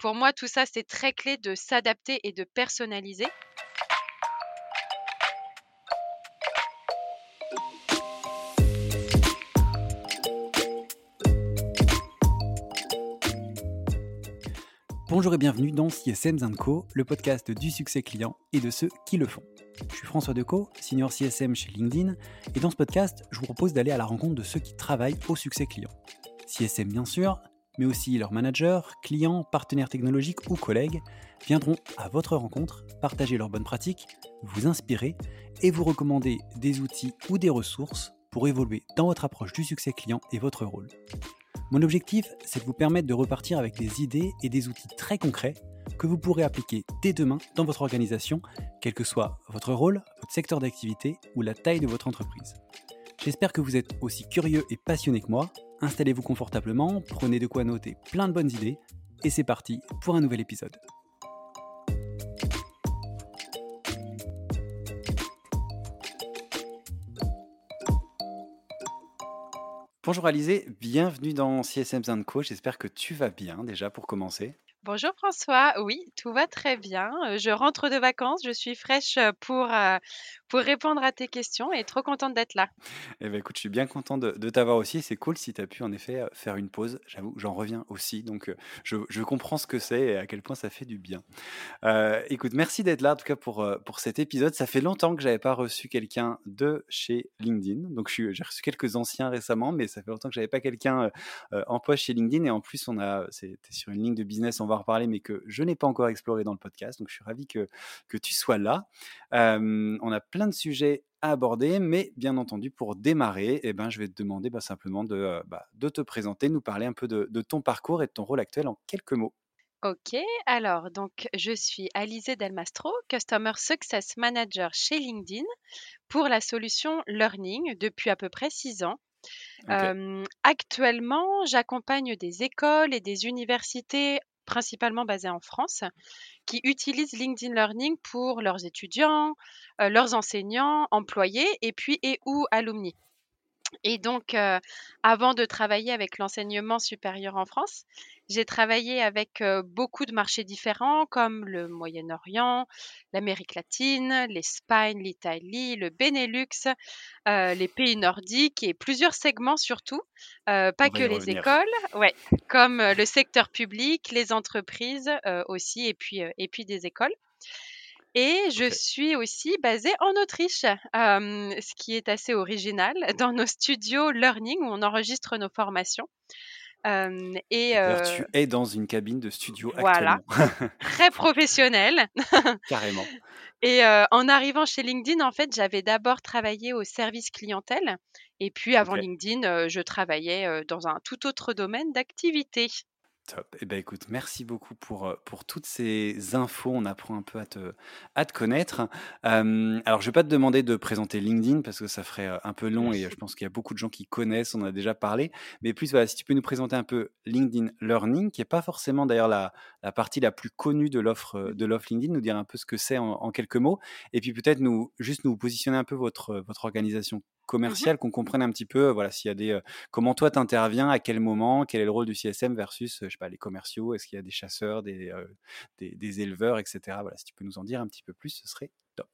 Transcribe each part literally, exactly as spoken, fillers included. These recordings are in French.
pour moi, tout ça, c'est très clé de s'adapter et de personnaliser. Bonjour et bienvenue dans C S M and Co, le podcast du succès client et de ceux qui le font. Je suis François Decaux, senior C S M chez LinkedIn, et dans ce podcast, je vous propose d'aller à la rencontre de ceux qui travaillent au succès client. C S M bien sûr, mais aussi leurs managers, clients, partenaires technologiques ou collègues viendront à votre rencontre, partager leurs bonnes pratiques, vous inspirer et vous recommander des outils ou des ressources pour évoluer dans votre approche du succès client et votre rôle. Mon objectif, c'est de vous permettre de repartir avec des idées et des outils très concrets que vous pourrez appliquer dès demain dans votre organisation, quel que soit votre rôle, votre secteur d'activité ou la taille de votre entreprise. J'espère que vous êtes aussi curieux et passionné que moi. Installez-vous confortablement, prenez de quoi noter plein de bonnes idées, et c'est parti pour un nouvel épisode. Bonjour Alizé, bienvenue dans C S M and Co, j'espère que tu vas bien déjà pour commencer. Bonjour François, oui, tout va très bien. Euh, Je rentre de vacances, je suis fraîche euh, pour, euh, pour répondre à tes questions et trop contente d'être là. Eh ben écoute, je suis bien content de, de t'avoir aussi. C'est cool si tu as pu en effet euh, faire une pause. J'avoue, j'en reviens aussi. Donc, euh, je, je comprends ce que c'est et à quel point ça fait du bien. Euh, écoute, merci d'être là en tout cas pour, euh, pour cet épisode. Ça fait longtemps que j'avais pas reçu quelqu'un de chez LinkedIn. Donc, je suis- j'ai reçu quelques anciens récemment, mais ça fait longtemps que j'avais pas quelqu'un euh, euh, en poste chez LinkedIn. Et en plus, on a, c'était sur une ligne de business, on va en reparler, mais que je n'ai pas encore exploré dans le podcast. Donc, je suis ravi que, que tu sois là. Euh, on a plein de sujets à aborder, mais bien entendu, pour démarrer, eh ben, je vais te demander bah, simplement de, euh, bah, de te présenter, nous parler un peu de, de ton parcours et de ton rôle actuel en quelques mots. Ok, alors donc je suis Alizée Delmastro, Customer Success Manager chez LinkedIn pour la solution Learning depuis à peu près six ans. Ok, Euh, actuellement, j'accompagne des écoles et des universités principalement basées en France qui utilisent LinkedIn Learning pour leurs étudiants, euh, leurs enseignants, employés et puis et ou alumni. Et donc, euh, avant de travailler avec l'enseignement supérieur en France, j'ai travaillé avec euh, beaucoup de marchés différents comme le Moyen-Orient, l'Amérique latine, l'Espagne, l'Italie, le Benelux, euh, les pays nordiques et plusieurs segments surtout, euh, on pas va que y les revenir. écoles, ouais, comme euh, le secteur public, les entreprises euh, aussi, et puis, euh, et puis des écoles. Et je Ok. suis aussi basée en Autriche, hem, ce qui est assez original dans nos studios learning où on enregistre nos formations. Hem et D'ailleurs, heu, tu es dans une cabine de studio voilà, actuellement. très professionnel. Carrément. Et heu, en arrivant chez LinkedIn, en fait, j'avais d'abord travaillé au service clientèle et puis avant Ok. LinkedIn, heu, je travaillais, heu, dans un tout autre domaine d'activité. Top. Eh ben, écoute, merci beaucoup pour, euh, pour toutes ces infos. On apprend un peu à te, à te connaître. Euh, alors, je vais pas te demander de présenter LinkedIn parce que ça ferait euh, un peu long et euh, je pense qu'il y a beaucoup de gens qui connaissent, on en a déjà parlé. Mais plus, voilà, si tu peux nous présenter un peu LinkedIn Learning, qui est pas forcément d'ailleurs la, la partie la plus connue de l'offre euh, de l'offre LinkedIn, nous dire un peu ce que c'est en, en quelques mots. Et puis peut-être nous, juste nous positionner un peu votre, votre organisation Mmh. commerciale, qu'on comprenne un petit peu, euh, voilà, s'il y a des, euh, comment toi, tu interviens, à quel moment, quel est le rôle du C S M versus, euh, je sais pas, les commerciaux, est-ce qu'il y a des chasseurs, des, euh, des, des éleveurs, et cetera. Voilà, si tu peux nous en dire un petit peu plus, ce serait top.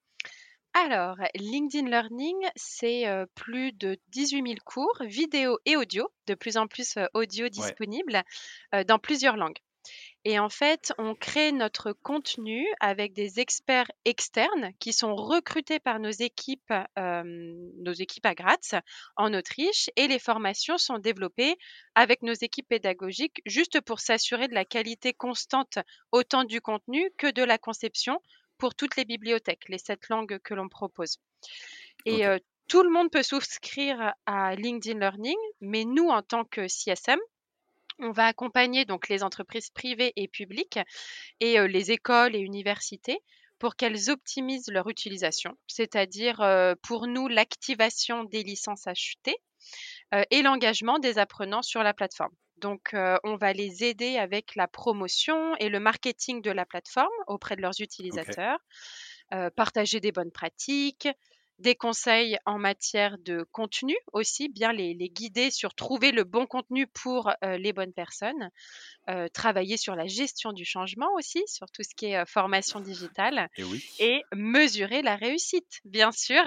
Alors, LinkedIn Learning, c'est, heu, plus de dix-huit mille cours vidéo et audio, de plus en plus, heu, audio Ouais, disponibles, heu, dans plusieurs langues. Et en fait, on crée notre contenu avec des experts externes qui sont recrutés par nos équipes, hem, nos équipes à Graz en Autriche et les formations sont développées avec nos équipes pédagogiques juste pour s'assurer de la qualité constante autant du contenu que de la conception pour toutes les bibliothèques, les sept langues que l'on propose. Et ok, heu, tout le monde peut souscrire à LinkedIn Learning, mais nous, en tant que C S M, on va accompagner donc les entreprises privées et publiques et euh, les écoles et universités pour qu'elles optimisent leur utilisation, c'est-à-dire euh, pour nous l'activation des licences achetées euh, et l'engagement des apprenants sur la plateforme. Donc, euh, on va les aider avec la promotion et le marketing de la plateforme auprès de leurs ok. utilisateurs, euh, partager des bonnes pratiques, des conseils en matière de contenu aussi, bien les les guider sur trouver le bon contenu pour, heu, les bonnes personnes. Heu, travailler sur la gestion du changement aussi, sur tout ce qui est, heu, formation digitale Et oui. et mesurer la réussite, bien sûr.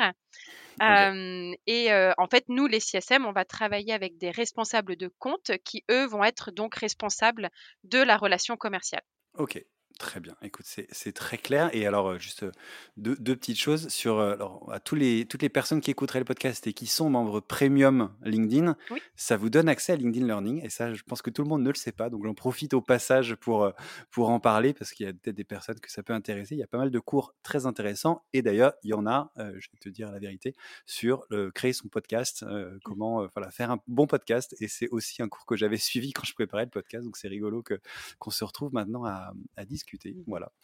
OK. Hem et heu, en fait, nous, les C S M, on va travailler avec des responsables de compte qui, eux, vont être donc responsables de la relation commerciale. OK, très bien. Écoute, c'est c'est très clair et alors, heu, juste, heu, deux deux petites choses sur, heu, alors à tous les toutes les personnes qui écouteraient le podcast et qui sont membres premium LinkedIn, Oui. ça vous donne accès à LinkedIn Learning et ça, je pense que tout le monde ne le sait pas, donc j'en profite au passage pour, heu, pour en parler parce qu'il y a peut-être des personnes que ça peut intéresser. Il y a pas mal de cours très intéressants et d'ailleurs, il y en a, heu, je vais te dire la vérité, sur, heu, créer son podcast, heu, comment, heu, voilà, faire un bon podcast et c'est aussi un cours que j'avais suivi quand je préparais le podcast, donc c'est rigolo que qu'on se retrouve maintenant à à discuter, Mmh. voilà.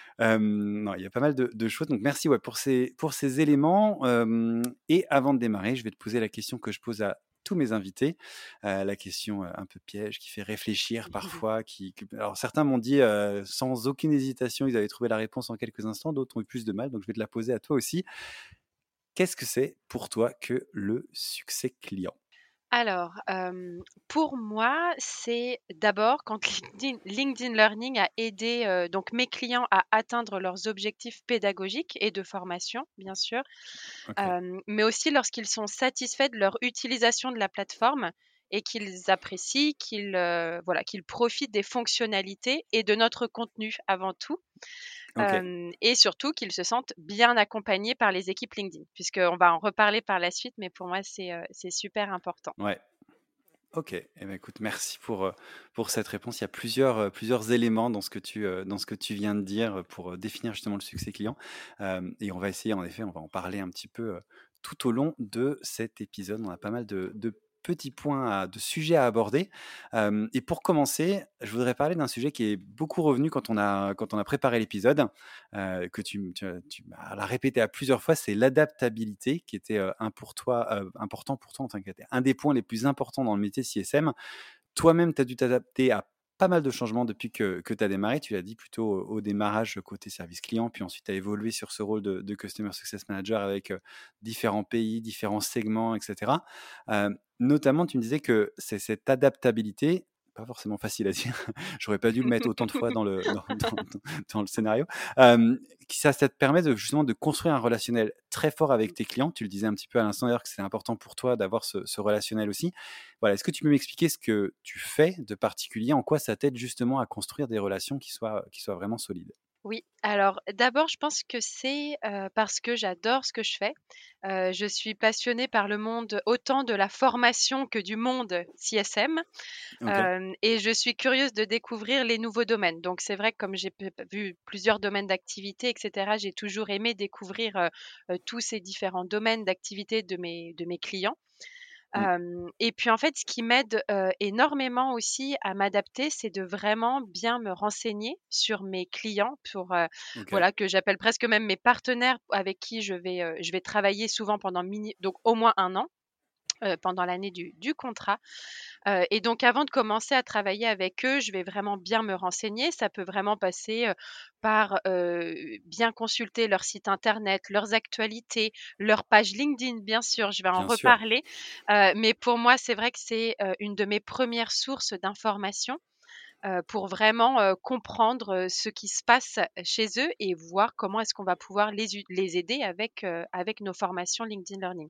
Hem, non, il y a pas mal de de choses, donc merci, ouais, pour ces pour ces éléments, hem et avant de démarrer, je vais te poser la question que je pose à tous mes invités, heu, la question, heu, un peu piège qui fait réfléchir parfois, qui que alors certains m'ont dit, heu, sans aucune hésitation, ils avaient trouvé la réponse en quelques instants, d'autres ont eu plus de mal, donc je vais te la poser à toi aussi. Qu'est-ce que c'est pour toi que le succès client? Alors, hem, pour moi, c'est d'abord quand LinkedIn LinkedIn Learning a aidé, heu, donc mes clients à atteindre leurs objectifs pédagogiques et de formation, bien sûr, OK, hem, mais aussi lorsqu'ils sont satisfaits de leur utilisation de la plateforme et qu'ils apprécient, qu'ils, heu, voilà, qu'ils profitent des fonctionnalités et de notre contenu avant tout. OK, Hem et surtout qu'ils se sentent bien accompagnés par les équipes LinkedIn, puisqu'on va en reparler par la suite, mais pour moi, c'est, heu, c'est super important. ouais. OK. Eh ben, écoute, merci pour, heu, pour cette réponse. Il y a plusieurs, heu, plusieurs éléments dans ce que tu, heu, dans ce que tu viens de dire, heu, pour, heu, définir justement le succès client. Hem et on va essayer en effet, on va en parler un petit peu, heu, tout au long de cet épisode. On a pas mal de de petits points à de sujets à aborder. Hem et pour commencer, je voudrais parler d'un sujet qui est beaucoup revenu quand on a quand on a préparé l'épisode, heu, que tu m tu as tu m'as l'as répété à plusieurs fois, c'est l'adaptabilité qui était, heu, un pour toi, heu, important pour toi, enfin qui était un des points les plus importants dans le métier C S M. Toi-même, tu as dû t'adapter à pas mal de changements depuis que que tu as démarré. Tu l'as dit plutôt au au démarrage côté service client, puis ensuite tu as évolué sur ce rôle de de Customer Success Manager avec, heu, différents pays, différents segments et cetera. Hem, notamment, tu me disais que c'est cette adaptabilité, pas forcément facile à dire, j'aurais pas dû le mettre autant de fois dans le dans dans dans le scénario, hem, qui ça ça te permet de justement de construire un relationnel très fort avec tes clients. Tu le disais un petit peu à l'instant d'ailleurs que c'est important pour toi d'avoir ce ce relationnel aussi. Voilà, est-ce que tu peux m'expliquer ce que tu fais de particulier? En quoi ça t'aide justement à construire des relations qui soient qui soient vraiment solides? Oui, alors d'abord, je pense que c'est, heu, parce que j'adore ce que je fais. Heu, je suis passionnée par le monde autant de la formation que du monde C S M, OK, hem et je suis curieuse de découvrir les nouveaux domaines. Donc c'est vrai que comme j'ai p vu plusieurs domaines d'activité et cetera, j'ai toujours aimé découvrir, heu heu, tous ces différents domaines d'activité de mes de mes clients. mmh, Hem et puis, en fait, ce qui m'aide, heu, énormément aussi à m'adapter, c'est de vraiment bien me renseigner sur mes clients pour, heu, OK, voilà, que j'appelle presque même mes partenaires avec qui je vais, heu, je vais travailler souvent pendant mini donc au moins un an, heu, pendant l'année du du contrat. Heu et donc avant de commencer à travailler avec eux, je vais vraiment bien me renseigner. Ça peut vraiment passer, heu, par, heu, bien consulter leur site internet, leurs actualités, leur page LinkedIn, bien sûr, je vais en bien sûr. reparler. Heu, mais pour moi, c'est vrai que c'est, heu, une de mes premières sources d'informations, heu, pour vraiment, heu, comprendre, heu, ce qui se passe chez eux et voir comment est-ce qu'on va pouvoir les u les aider avec, heu, avec nos formations LinkedIn Learning.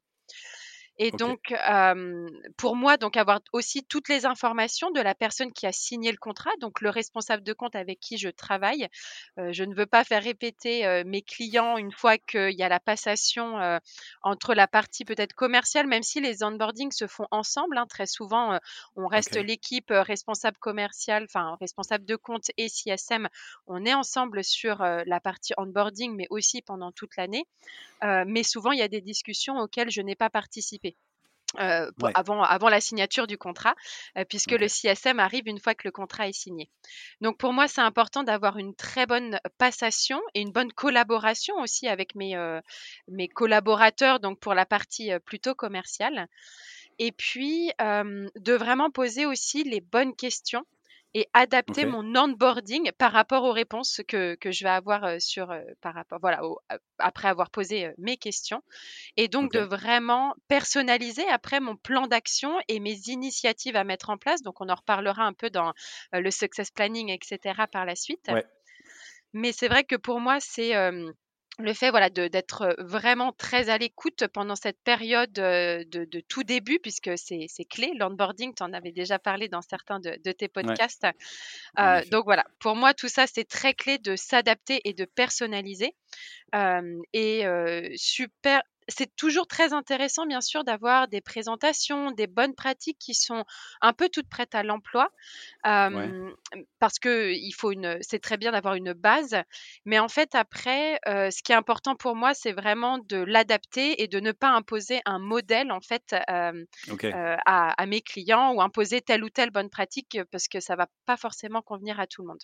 Et OK, donc, hem, pour moi, donc avoir aussi toutes les informations de la personne qui a signé le contrat, donc le responsable de compte avec qui je travaille. Heu, je ne veux pas faire répéter, heu, mes clients une fois qu'il y a la passation, heu, entre la partie peut-être commerciale, même si les onboardings se font ensemble, hein. Très souvent, heu, on reste OK, l'équipe, heu, responsable commercial, enfin responsable de compte et C S M. On est ensemble sur, heu, la partie onboarding, mais aussi pendant toute l'année. Heu, mais souvent, il y a des discussions auxquelles je n'ai pas participé, heu, pour ouais, avant avant la signature du contrat, heu, puisque le OK, C S M arrive une fois que le contrat est signé. Donc pour moi, c'est important d'avoir une très bonne passation et une bonne collaboration aussi avec mes, heu, mes collaborateurs, donc pour la partie, heu, plutôt commerciale et puis, hem, de vraiment poser aussi les bonnes questions et adapter OK. mon onboarding par rapport aux réponses que que je vais avoir, heu, sur, heu, par rapport voilà, au a après avoir posé, heu, mes questions et donc de OK. vraiment personnaliser après mon plan d'action et mes initiatives à mettre en place. Donc on en reparlera un peu dans, heu, le success planning et cetera par la suite. Ouais. Mais c'est vrai que pour moi, c'est, hem, le fait, voilà, de d'être, vraiment très à l'écoute pendant cette période, heu, de de tout début puisque c'est c'est clé. L'onboarding, tu en avais déjà parlé dans certains de de tes Ouais, podcasts. en Heu, effet. donc voilà, pour moi, tout ça, c'est très clé de s'adapter et de personnaliser. Hem et heu, super c'est toujours très intéressant, bien sûr, d'avoir des présentations, des bonnes pratiques qui sont un peu toutes prêtes à l'emploi. Ouais. Hem, parce qu'il faut une c'est très bien d'avoir une base, mais en fait, après, heu, ce qui est important pour moi, c'est vraiment de l'adapter et de ne pas imposer un modèle, en fait, hem, OK. heu, à à mes clients ou imposer telle ou telle bonne pratique, parce que ça va pas forcément convenir à tout le monde.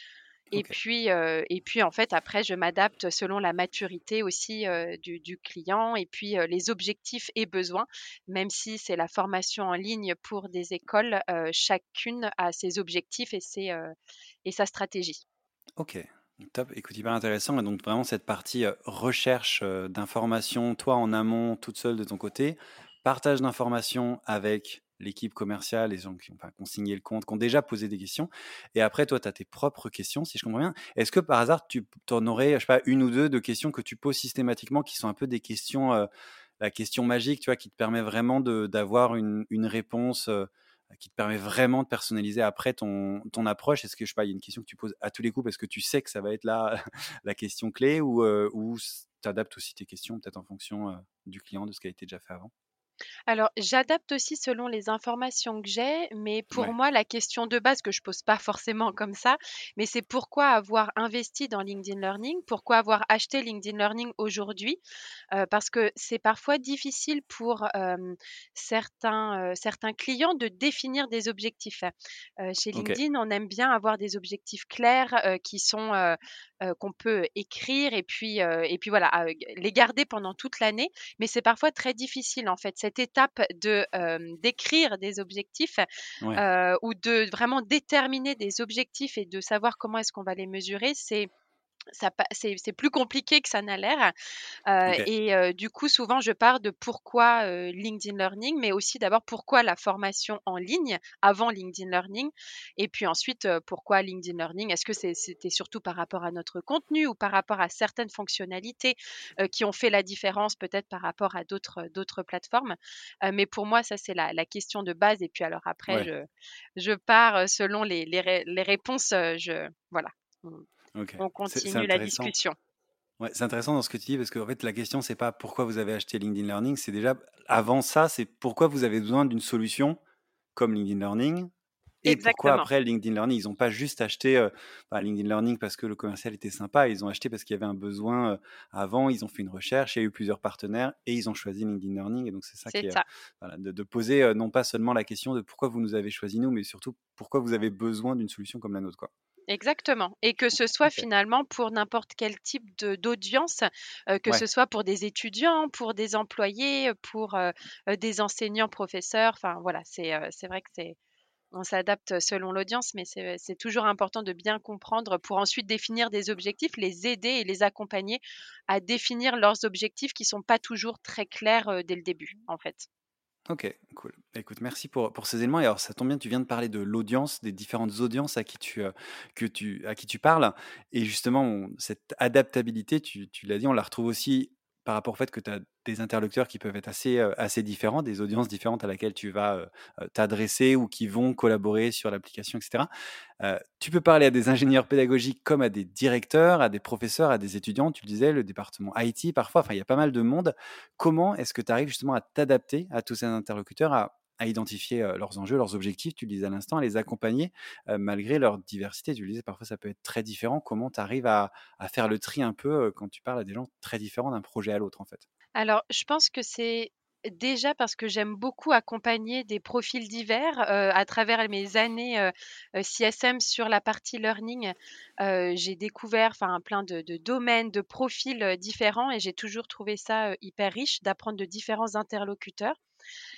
Et OK. puis, heu et puis, en fait, après, je m'adapte selon la maturité aussi, heu, du du client et puis, heu, les objectifs et besoins. Même si c'est la formation en ligne pour des écoles, heu, chacune a ses objectifs et ses, heu et sa stratégie. OK. Top. Écoute, hyper intéressant et donc vraiment cette partie, heu, recherche, heu, d'informations, toi en amont, toute seule de ton côté, partage d'informations avec l'équipe commerciale, les gens qui ont enfin, qui ont signé le compte, qui ont déjà posé des questions et après toi, tu as tes propres questions, si je comprends bien. Est-ce que par hasard, tu en aurais, je sais pas, une ou deux de questions que tu poses systématiquement qui sont un peu des questions, heu, la question magique, tu vois, qui te permet vraiment de d'avoir une une réponse, heu, qui te permet vraiment de personnaliser après ton ton approche? Est-ce que, je sais pas, il y a une question que tu poses à tous les coups parce que tu sais que ça va être là la question clé ou, heu, ou tu adaptes aussi tes questions peut-être en fonction, heu, du client, de ce qui a été déjà fait avant? Alors, j'adapte aussi selon les informations que j'ai, mais pour Ouais, moi, la question de base que je pose pas forcément comme ça, mais c'est pourquoi avoir investi dans LinkedIn Learning? Pourquoi avoir acheté LinkedIn Learning aujourd'hui? Heu, parce que c'est parfois difficile pour, hem, certains, heu, certains clients de définir des objectifs. Heu, chez OK, LinkedIn, on aime bien avoir des objectifs clairs, heu, qui sont, heu heu, qu'on peut écrire et puis, heu et puis voilà, à les garder pendant toute l'année. Mais c'est parfois très difficile, en fait, cette étape de, hem, d'écrire des objectifs, ouais, heu, ou de vraiment déterminer des objectifs et de savoir comment est-ce qu'on va les mesurer, c'est ça pa c'est c'est plus compliqué que ça n'a l'air. Heu OK, et heu, du coup, souvent, je pars de pourquoi, heu, LinkedIn Learning, mais aussi d'abord pourquoi la formation en ligne avant LinkedIn Learning et puis ensuite, heu, pourquoi LinkedIn Learning? Est-ce que c'est c'était surtout par rapport à notre contenu ou par rapport à certaines fonctionnalités, heu, qui ont fait la différence peut-être par rapport à d'autres, d'autres plateformes? Heu, mais pour moi, ça, c'est la la question de base et puis alors après ouais, je je pars, heu, selon les les ré les réponses, heu, je voilà, on OK. on C'est c'est continue la intéressant. discussion. Ouais, c'est intéressant dans ce que tu dis parce qu'en fait, la question, c'est pas pourquoi vous avez acheté LinkedIn Learning, c'est déjà avant ça, c'est pourquoi vous avez besoin d'une solution comme LinkedIn Learning et pourquoi Exactement. après LinkedIn Learning. Ils n'ont pas juste acheté euh, bah, LinkedIn Learning parce que le commercial était sympa, ils ont acheté parce qu'il y avait un besoin euh, avant, ils ont fait une recherche, il y a eu plusieurs partenaires et ils ont choisi LinkedIn Learning. Et donc, c'est ça C'est qui est euh, ça. voilà, de, de poser euh, non pas seulement la question de pourquoi vous nous avez choisi nous, mais surtout pourquoi vous avez besoin d'une solution comme la nôtre, quoi. Exactement et que ce soit Ok. finalement pour n'importe quel type de d'audience, heu, que ce Ouais. soit pour des étudiants, pour des employés, heu, pour, heu heu, des enseignants, professeurs, enfin voilà, c'est, heu, c'est vrai que c'est on s'adapte selon l'audience, mais c'est c'est toujours important de bien comprendre pour ensuite définir des objectifs, les aider et les accompagner à définir leurs objectifs qui sont pas toujours très clairs, heu, dès le début, en fait. OK, cool. Écoute, merci pour, pour ces éléments. Et alors, ça tombe bien, tu viens de parler de l'audience, des différentes audiences à qui tu, euh, que tu, à qui tu parles. Et justement, on- cette adaptabilité, tu, tu l'as dit, on la retrouve aussi par rapport au fait que tu as des interlocuteurs qui peuvent être assez, euh, assez différents, des audiences différentes à laquelle tu vas euh, euh, t'adresser ou qui vont collaborer sur l'application, et cetera. Euh, tu peux parler à des ingénieurs pédagogiques comme à des directeurs, à des professeurs, à des étudiants. Tu le disais, le département I T parfois. Enfin, il y a pas mal de monde. Comment est-ce que tu arrives justement à t'adapter à tous ces interlocuteurs, à, à identifier euh, leurs enjeux, leurs objectifs, tu le disais à l'instant, à les accompagner euh, malgré leur diversité? Tu le disais, parfois ça peut être très différent. Comment tu arrives à, à faire le tri un peu euh, quand tu parles à des gens très différents d'un projet à l'autre en fait? Alors, je pense que c'est déjà parce que j'aime beaucoup accompagner des profils divers, heu, à travers mes années, heu heu, C S M sur la partie learning. Heu, j'ai découvert, enfin, plein de de domaines, de profils, heu, différents et j'ai toujours trouvé ça, heu, hyper riche d'apprendre de différents interlocuteurs.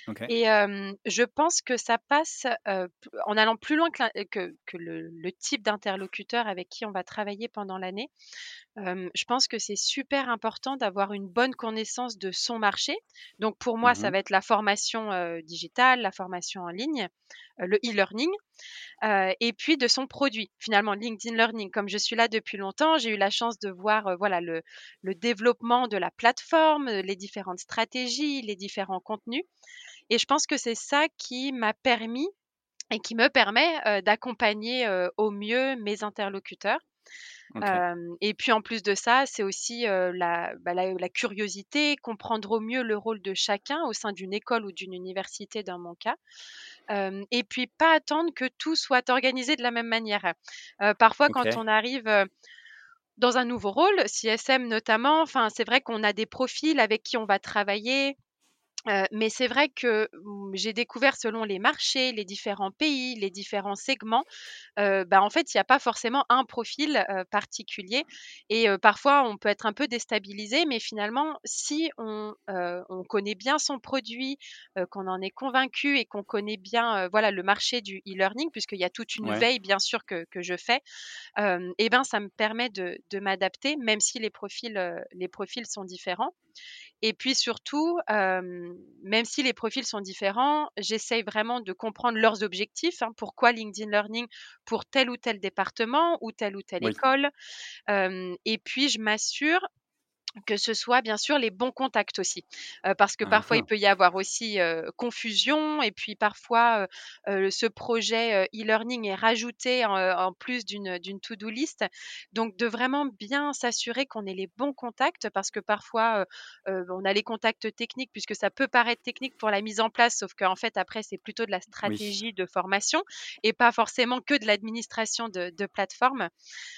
OK. Et hem, je pense que ça passe, heu, p en allant plus loin que l'in que que le le type d'interlocuteur avec qui on va travailler pendant l'année. Hem, je pense que c'est super important d'avoir une bonne connaissance de son marché. Donc pour moi, ça Mmh. va être la formation, heu, digitale, la formation en ligne, heu, le e-learning, heu et puis de son produit. Finalement, LinkedIn Learning, comme je suis là depuis longtemps, j'ai eu la chance de voir, heu, voilà, le le développement de la plateforme, heu, les différentes stratégies, les différents contenus et je pense que c'est ça qui m'a permis et qui me permet, heu, d'accompagner, heu, au mieux mes interlocuteurs. OK. Hem et puis en plus de ça, c'est aussi, heu, la bah, la la curiosité, comprendre au mieux le rôle de chacun au sein d'une école ou d'une université dans mon cas. Hem et puis pas attendre que tout soit organisé de la même manière. Heu, parfois quand OK. on arrive, heu, dans un nouveau rôle, C S M notamment, enfin, c'est vrai qu'on a des profils avec qui on va travailler. Heu, mais c'est vrai que, mmh, j'ai découvert selon les marchés, les différents pays, les différents segments, heu, bah, en fait, il y a pas forcément un profil, heu, particulier et heu, parfois on peut être un peu déstabilisé, mais finalement si on, heu, on connaît bien son produit, heu, qu'on en est convaincu et qu'on connaît bien, heu, voilà, le marché du e-learning puisqu'il y a toute une Ouais. veille bien sûr que que je fais, hem et ben, ça me permet de de m'adapter même si les profils, heu, les profils sont différents. Et puis surtout, hem, même si les profils sont différents, j'essaye vraiment de comprendre leurs objectifs, hein. Pourquoi LinkedIn Learning pour tel ou tel département ou telle ou telle Oui. école? Hem et puis je m'assure que ce soit bien sûr les bons contacts aussi, heu, parce que Hein, parfois il hein. peut y avoir aussi, heu, confusion et puis parfois, heu heu, ce projet, heu, e-learning est rajouté en, heu, en plus d'une, d'une to do list. Donc de vraiment bien s'assurer qu'on ait les bons contacts parce que parfois, heu heu, on a les contacts techniques puisque ça peut paraître technique pour la mise en place, sauf qu'en fait après c'est plutôt de la Oui. stratégie de formation et pas forcément que de l'administration de de plateforme.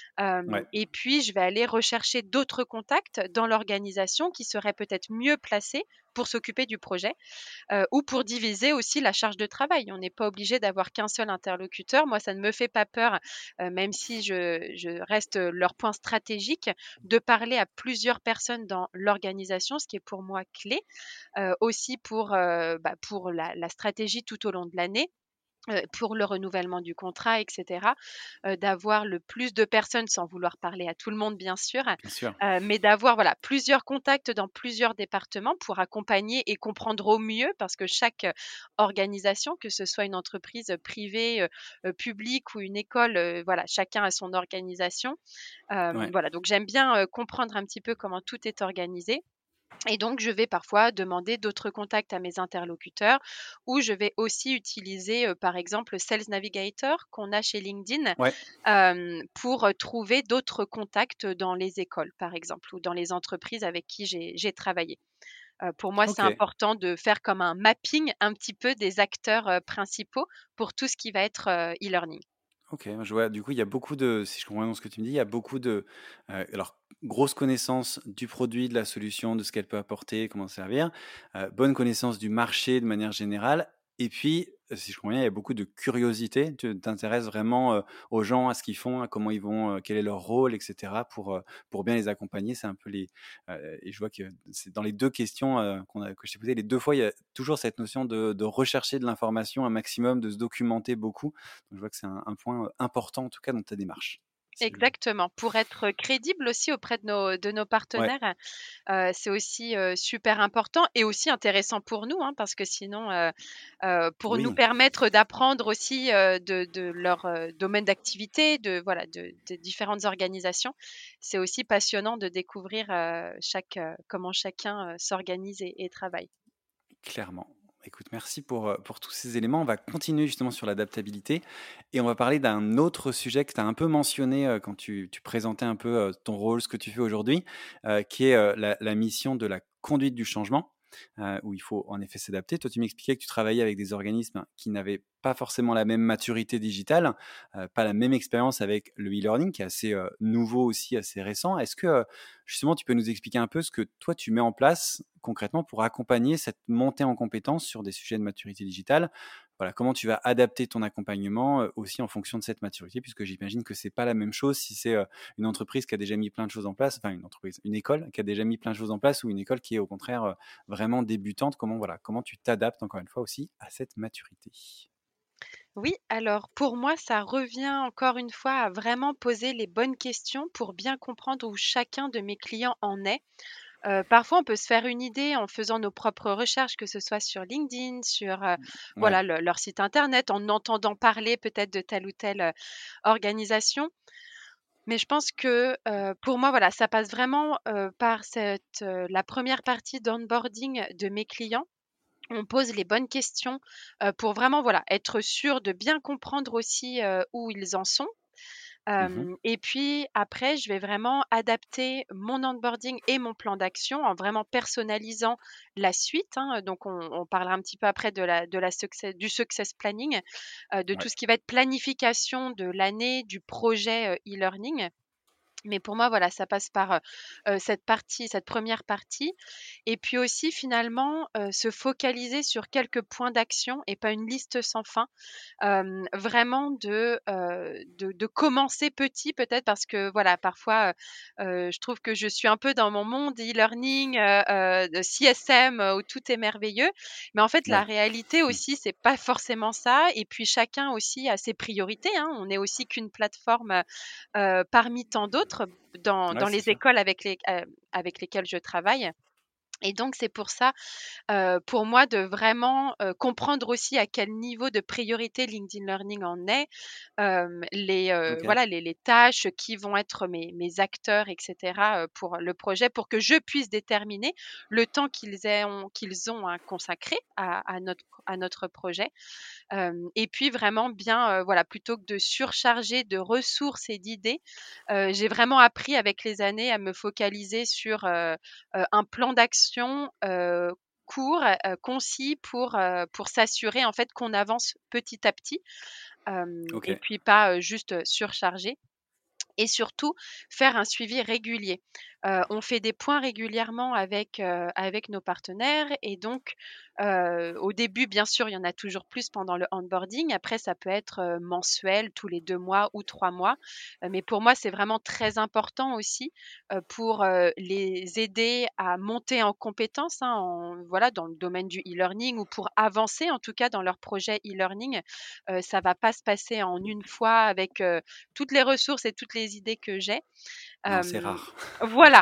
Hem Ouais. et puis je vais aller rechercher d'autres contacts dans l'organisation qui seraient peut-être mieux placés pour s'occuper du projet, heu, ou pour diviser aussi la charge de travail. On n'est pas obligé d'avoir qu'un seul interlocuteur. Moi, ça ne me fait pas peur, heu, même si je je reste, leur point stratégique, de parler à plusieurs personnes dans l'organisation, ce qui est pour moi clé, heu, aussi pour, heu, bah, pour la la stratégie tout au long de l'année. Heu, pour le renouvellement du contrat et cetera, heu, d'avoir le plus de personnes sans vouloir parler à tout le monde bien sûr, Bien sûr. heu, mais d'avoir voilà plusieurs contacts dans plusieurs départements pour accompagner et comprendre au mieux parce que chaque, heu, organisation, que ce soit une entreprise, privée, heu heu, publique ou une école, heu, voilà, chacun a son organisation. Hem, Ouais. voilà, donc j'aime bien, heu, comprendre un petit peu comment tout est organisé et donc, je vais parfois demander d'autres contacts à mes interlocuteurs ou je vais aussi utiliser, heu, par exemple, Sales Navigator qu'on a chez LinkedIn, Ouais. hem, pour, heu, trouver d'autres contacts dans les écoles, par exemple, ou dans les entreprises avec qui j'ai j'ai travaillé. Heu, pour moi, c'est OK. important de faire comme un mapping un petit peu des acteurs, heu, principaux pour tout ce qui va être, heu, e-learning. OK, je vois, du coup, il y a beaucoup de si je comprends bien ce que tu me dis, il y a beaucoup de, heu, alors grosse connaissance du produit, de la solution, de ce qu'elle peut apporter, comment servir, heu, bonne connaissance du marché de manière générale et puis, heu, si je comprends bien, il y a beaucoup de curiosité. Tu t'intéresses vraiment, heu, aux gens, à ce qu'ils font, à comment ils vont, heu, quel est leur rôle et cetera pour, heu, pour bien les accompagner. C'est un peu les heu et je vois que c'est dans les deux questions, heu, qu'on a que je t'ai posées, les deux fois, il y a toujours cette notion de de rechercher de l'information un maximum, de se documenter beaucoup. Je vois que c'est un un point, heu, important en tout cas dans ta démarche. Si je Exactement, pour être crédible aussi auprès de nos de nos ouais, partenaires, heu, c'est aussi, heu, super important et aussi intéressant pour nous, hein, parce que sinon, heu heu, pour nous oui, permettre d'apprendre aussi, heu, de de leur, heu, domaine d'activité, de voilà, de de différentes organisations. C'est aussi passionnant de découvrir, heu, chaque, heu, comment chacun, heu, s'organise et et travaille. clairement. Écoute, merci pour, heu, pour tous ces éléments. On va continuer justement sur l'adaptabilité et on va parler d'un autre sujet que tu as un peu mentionné, heu, quand tu tu présentais un peu, heu, ton rôle, ce que tu fais aujourd'hui, heu, qui est, heu, la la mission de la conduite du changement, heu, où il faut en effet s'adapter. Toi, tu m'expliquais que tu travaillais avec des organismes qui n'avaient pas forcément la même maturité digitale, heu, pas la même expérience avec le e-learning qui est assez, heu, nouveau aussi, assez récent. Est-ce que, heu, justement, tu peux nous expliquer un peu ce que toi tu mets en place concrètement pour accompagner cette montée en compétences sur des sujets de maturité digitale? voilà, comment tu vas adapter ton accompagnement euh, aussi en fonction de cette maturité, puisque j'imagine que c'est pas la même chose si c'est euh, une entreprise qui a déjà mis plein de choses en place, enfin une entreprise, une école qui a déjà mis plein de choses en place ou une école qui est au contraire euh, vraiment débutante. Comment voilà, comment tu t'adaptes encore une fois aussi à cette maturité. Oui, alors pour moi, ça revient encore une fois à vraiment poser les bonnes questions pour bien comprendre où chacun de mes clients en est. Heu, parfois, on peut se faire une idée en faisant nos propres recherches, que ce soit sur LinkedIn, sur, heu, Ouais. voilà, le leur site internet, en entendant parler peut-être de telle ou telle, heu, organisation. Mais je pense que, heu, pour moi, voilà, ça passe vraiment, heu, par cette, heu, la première partie d'onboarding de mes clients. On pose les bonnes questions, heu, pour vraiment, voilà, être sûr de bien comprendre aussi, heu, où ils en sont. Mhm. Hem et puis après, je vais vraiment adapter mon onboarding et mon plan d'action en vraiment personnalisant la suite, hein. Donc on on parlera un petit peu après de la de la success du success planning, heu, de tout Ouais. ce qui va être planification de l'année, du projet, heu, e-learning. Mais pour moi, voilà, ça passe par, heu heu, cette partie cette première partie et puis aussi finalement, heu, se focaliser sur quelques points d'action et pas une liste sans fin. Hem, vraiment de, heu, de de commencer petit peut-être parce que voilà, parfois, heu heu, je trouve que je suis un peu dans mon monde e-learning, heu heu, de C S M, heu, où tout est merveilleux. Mais en fait, la Ouais. réalité aussi, c'est pas forcément ça et puis chacun aussi a ses priorités, hein. On n'est aussi qu'une plateforme, heu parmi tant d'autres dans Ouais, dans c'est les sûr. écoles avec les heu, avec lesquelles je travaille et donc c'est pour ça Heu, pour moi de vraiment, heu, comprendre aussi à quel niveau de priorité LinkedIn Learning en est, hem, les, heu, Ok. voilà les les tâches, qui vont être mes mes acteurs et cetera, heu, pour le projet, pour que je puisse déterminer le temps qu'ils aient ont qu'ils ont à consacrer à à notre à notre projet. Hem et puis vraiment bien, heu, voilà, plutôt que de surcharger de ressources et d'idées, heu, j'ai vraiment appris avec les années à me focaliser sur, heu heu, un plan d'action, heu, court, heu, concis pour, heu, pour s'assurer en fait qu'on avance petit à petit, hem Ok. et puis pas, heu, juste, surcharger et surtout faire un suivi régulier. Heu, on fait des points régulièrement avec, heu, avec nos partenaires et donc, heu, au début, bien sûr, il y en a toujours plus pendant le onboarding. Après, ça peut être, heu, mensuel, tous les deux mois ou trois mois. Heu, mais pour moi, c'est vraiment très important aussi, heu, pour, heu, les aider à monter en compétences, hein, en voilà, dans le domaine du e-learning ou pour avancer, en tout cas, dans leur projet e-learning. Heu, ça va pas se passer en une fois avec, heu, toutes les ressources et toutes les idées que j'ai. Non, c'est Hem, rare. voilà.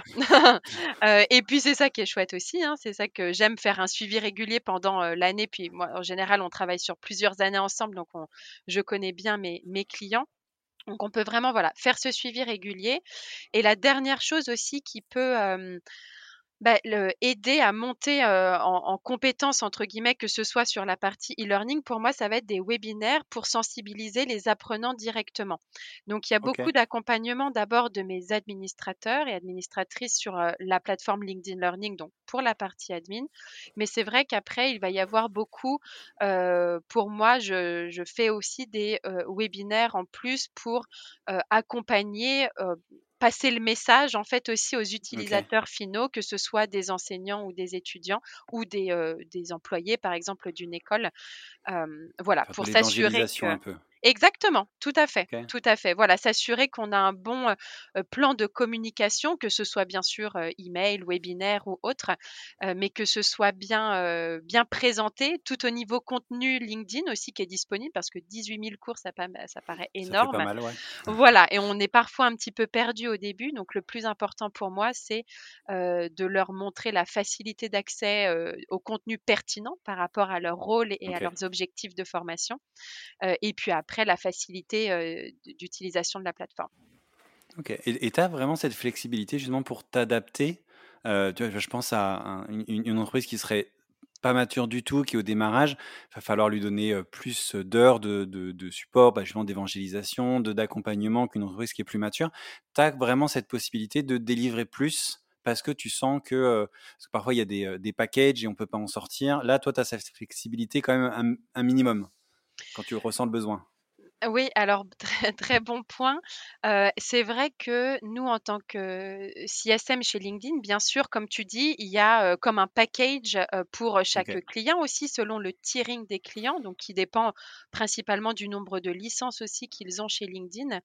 Heu et puis c'est ça qui est chouette aussi, hein, c'est ça que j'aime faire un suivi régulier pendant, heu, l'année. Puis moi, en général, on travaille sur plusieurs années ensemble, donc on je connais bien mes mes clients. Donc on peut vraiment, voilà, faire ce suivi régulier et la dernière chose aussi qui peut, hem bah, le aider à monter, heu, en en «compétences» entre guillemets, que ce soit sur la partie e-learning, pour moi, ça va être des webinaires pour sensibiliser les apprenants directement. Donc il y a Ok. beaucoup d'accompagnement d'abord de mes administrateurs et administratrices sur, heu, la plateforme LinkedIn Learning, donc pour la partie admin. Mais c'est vrai qu'après, il va y avoir beaucoup, heu, pour moi, je je fais aussi des, heu, webinaires en plus pour, heu, accompagner, heu passer le message en fait aussi aux Ok. utilisateurs finaux, que ce soit des enseignants ou des étudiants ou des, heu, des employés par exemple d'une école. Hem, voilà, Faire de pour s'assurer l'évangélisation que un peu. exactement, tout à fait, Ok. tout à fait. Voilà, s'assurer qu'on a un bon, heu heu, plan de communication, que ce soit bien sûr, heu, email, webinaire ou autre, heu, mais que ce soit bien, heu, bien présenté, tout au niveau contenu LinkedIn aussi qui est disponible parce que dix-huit mille cours ça pa ça paraît Ça fait pas énorme. mal, ouais. Voilà et on est parfois un petit peu perdu au début, donc le plus important pour moi, c'est, heu, de leur montrer la facilité d'accès, heu, au contenu pertinent par rapport à leur rôle et à Ok. leurs objectifs de formation, heu et puis après la facilité, heu, d d'utilisation de la plateforme. Ok. Et tu as vraiment cette flexibilité justement pour t'adapter. Euh, tu vois, je pense à un- une, une entreprise qui serait pas mature du tout, qui est au démarrage, il va falloir lui donner euh, plus d'heures de, de, de support, bah, justement d'évangélisation, de d'accompagnement qu'une entreprise qui est plus mature. Tu as vraiment cette possibilité de délivrer plus parce que tu sens que, euh, parce que parfois il y a des, euh, des packages et on peut pas en sortir. Là, toi, tu as cette flexibilité quand même un, un minimum quand tu ressens le besoin. Oui, alors très très bon point. Heu, c'est vrai que nous, en tant que C S M chez LinkedIn, bien sûr, comme tu dis, il y a, heu, comme un package, heu, pour chaque OK. client aussi selon le tiering des clients, donc qui dépend principalement du nombre de licences aussi qu'ils ont chez LinkedIn.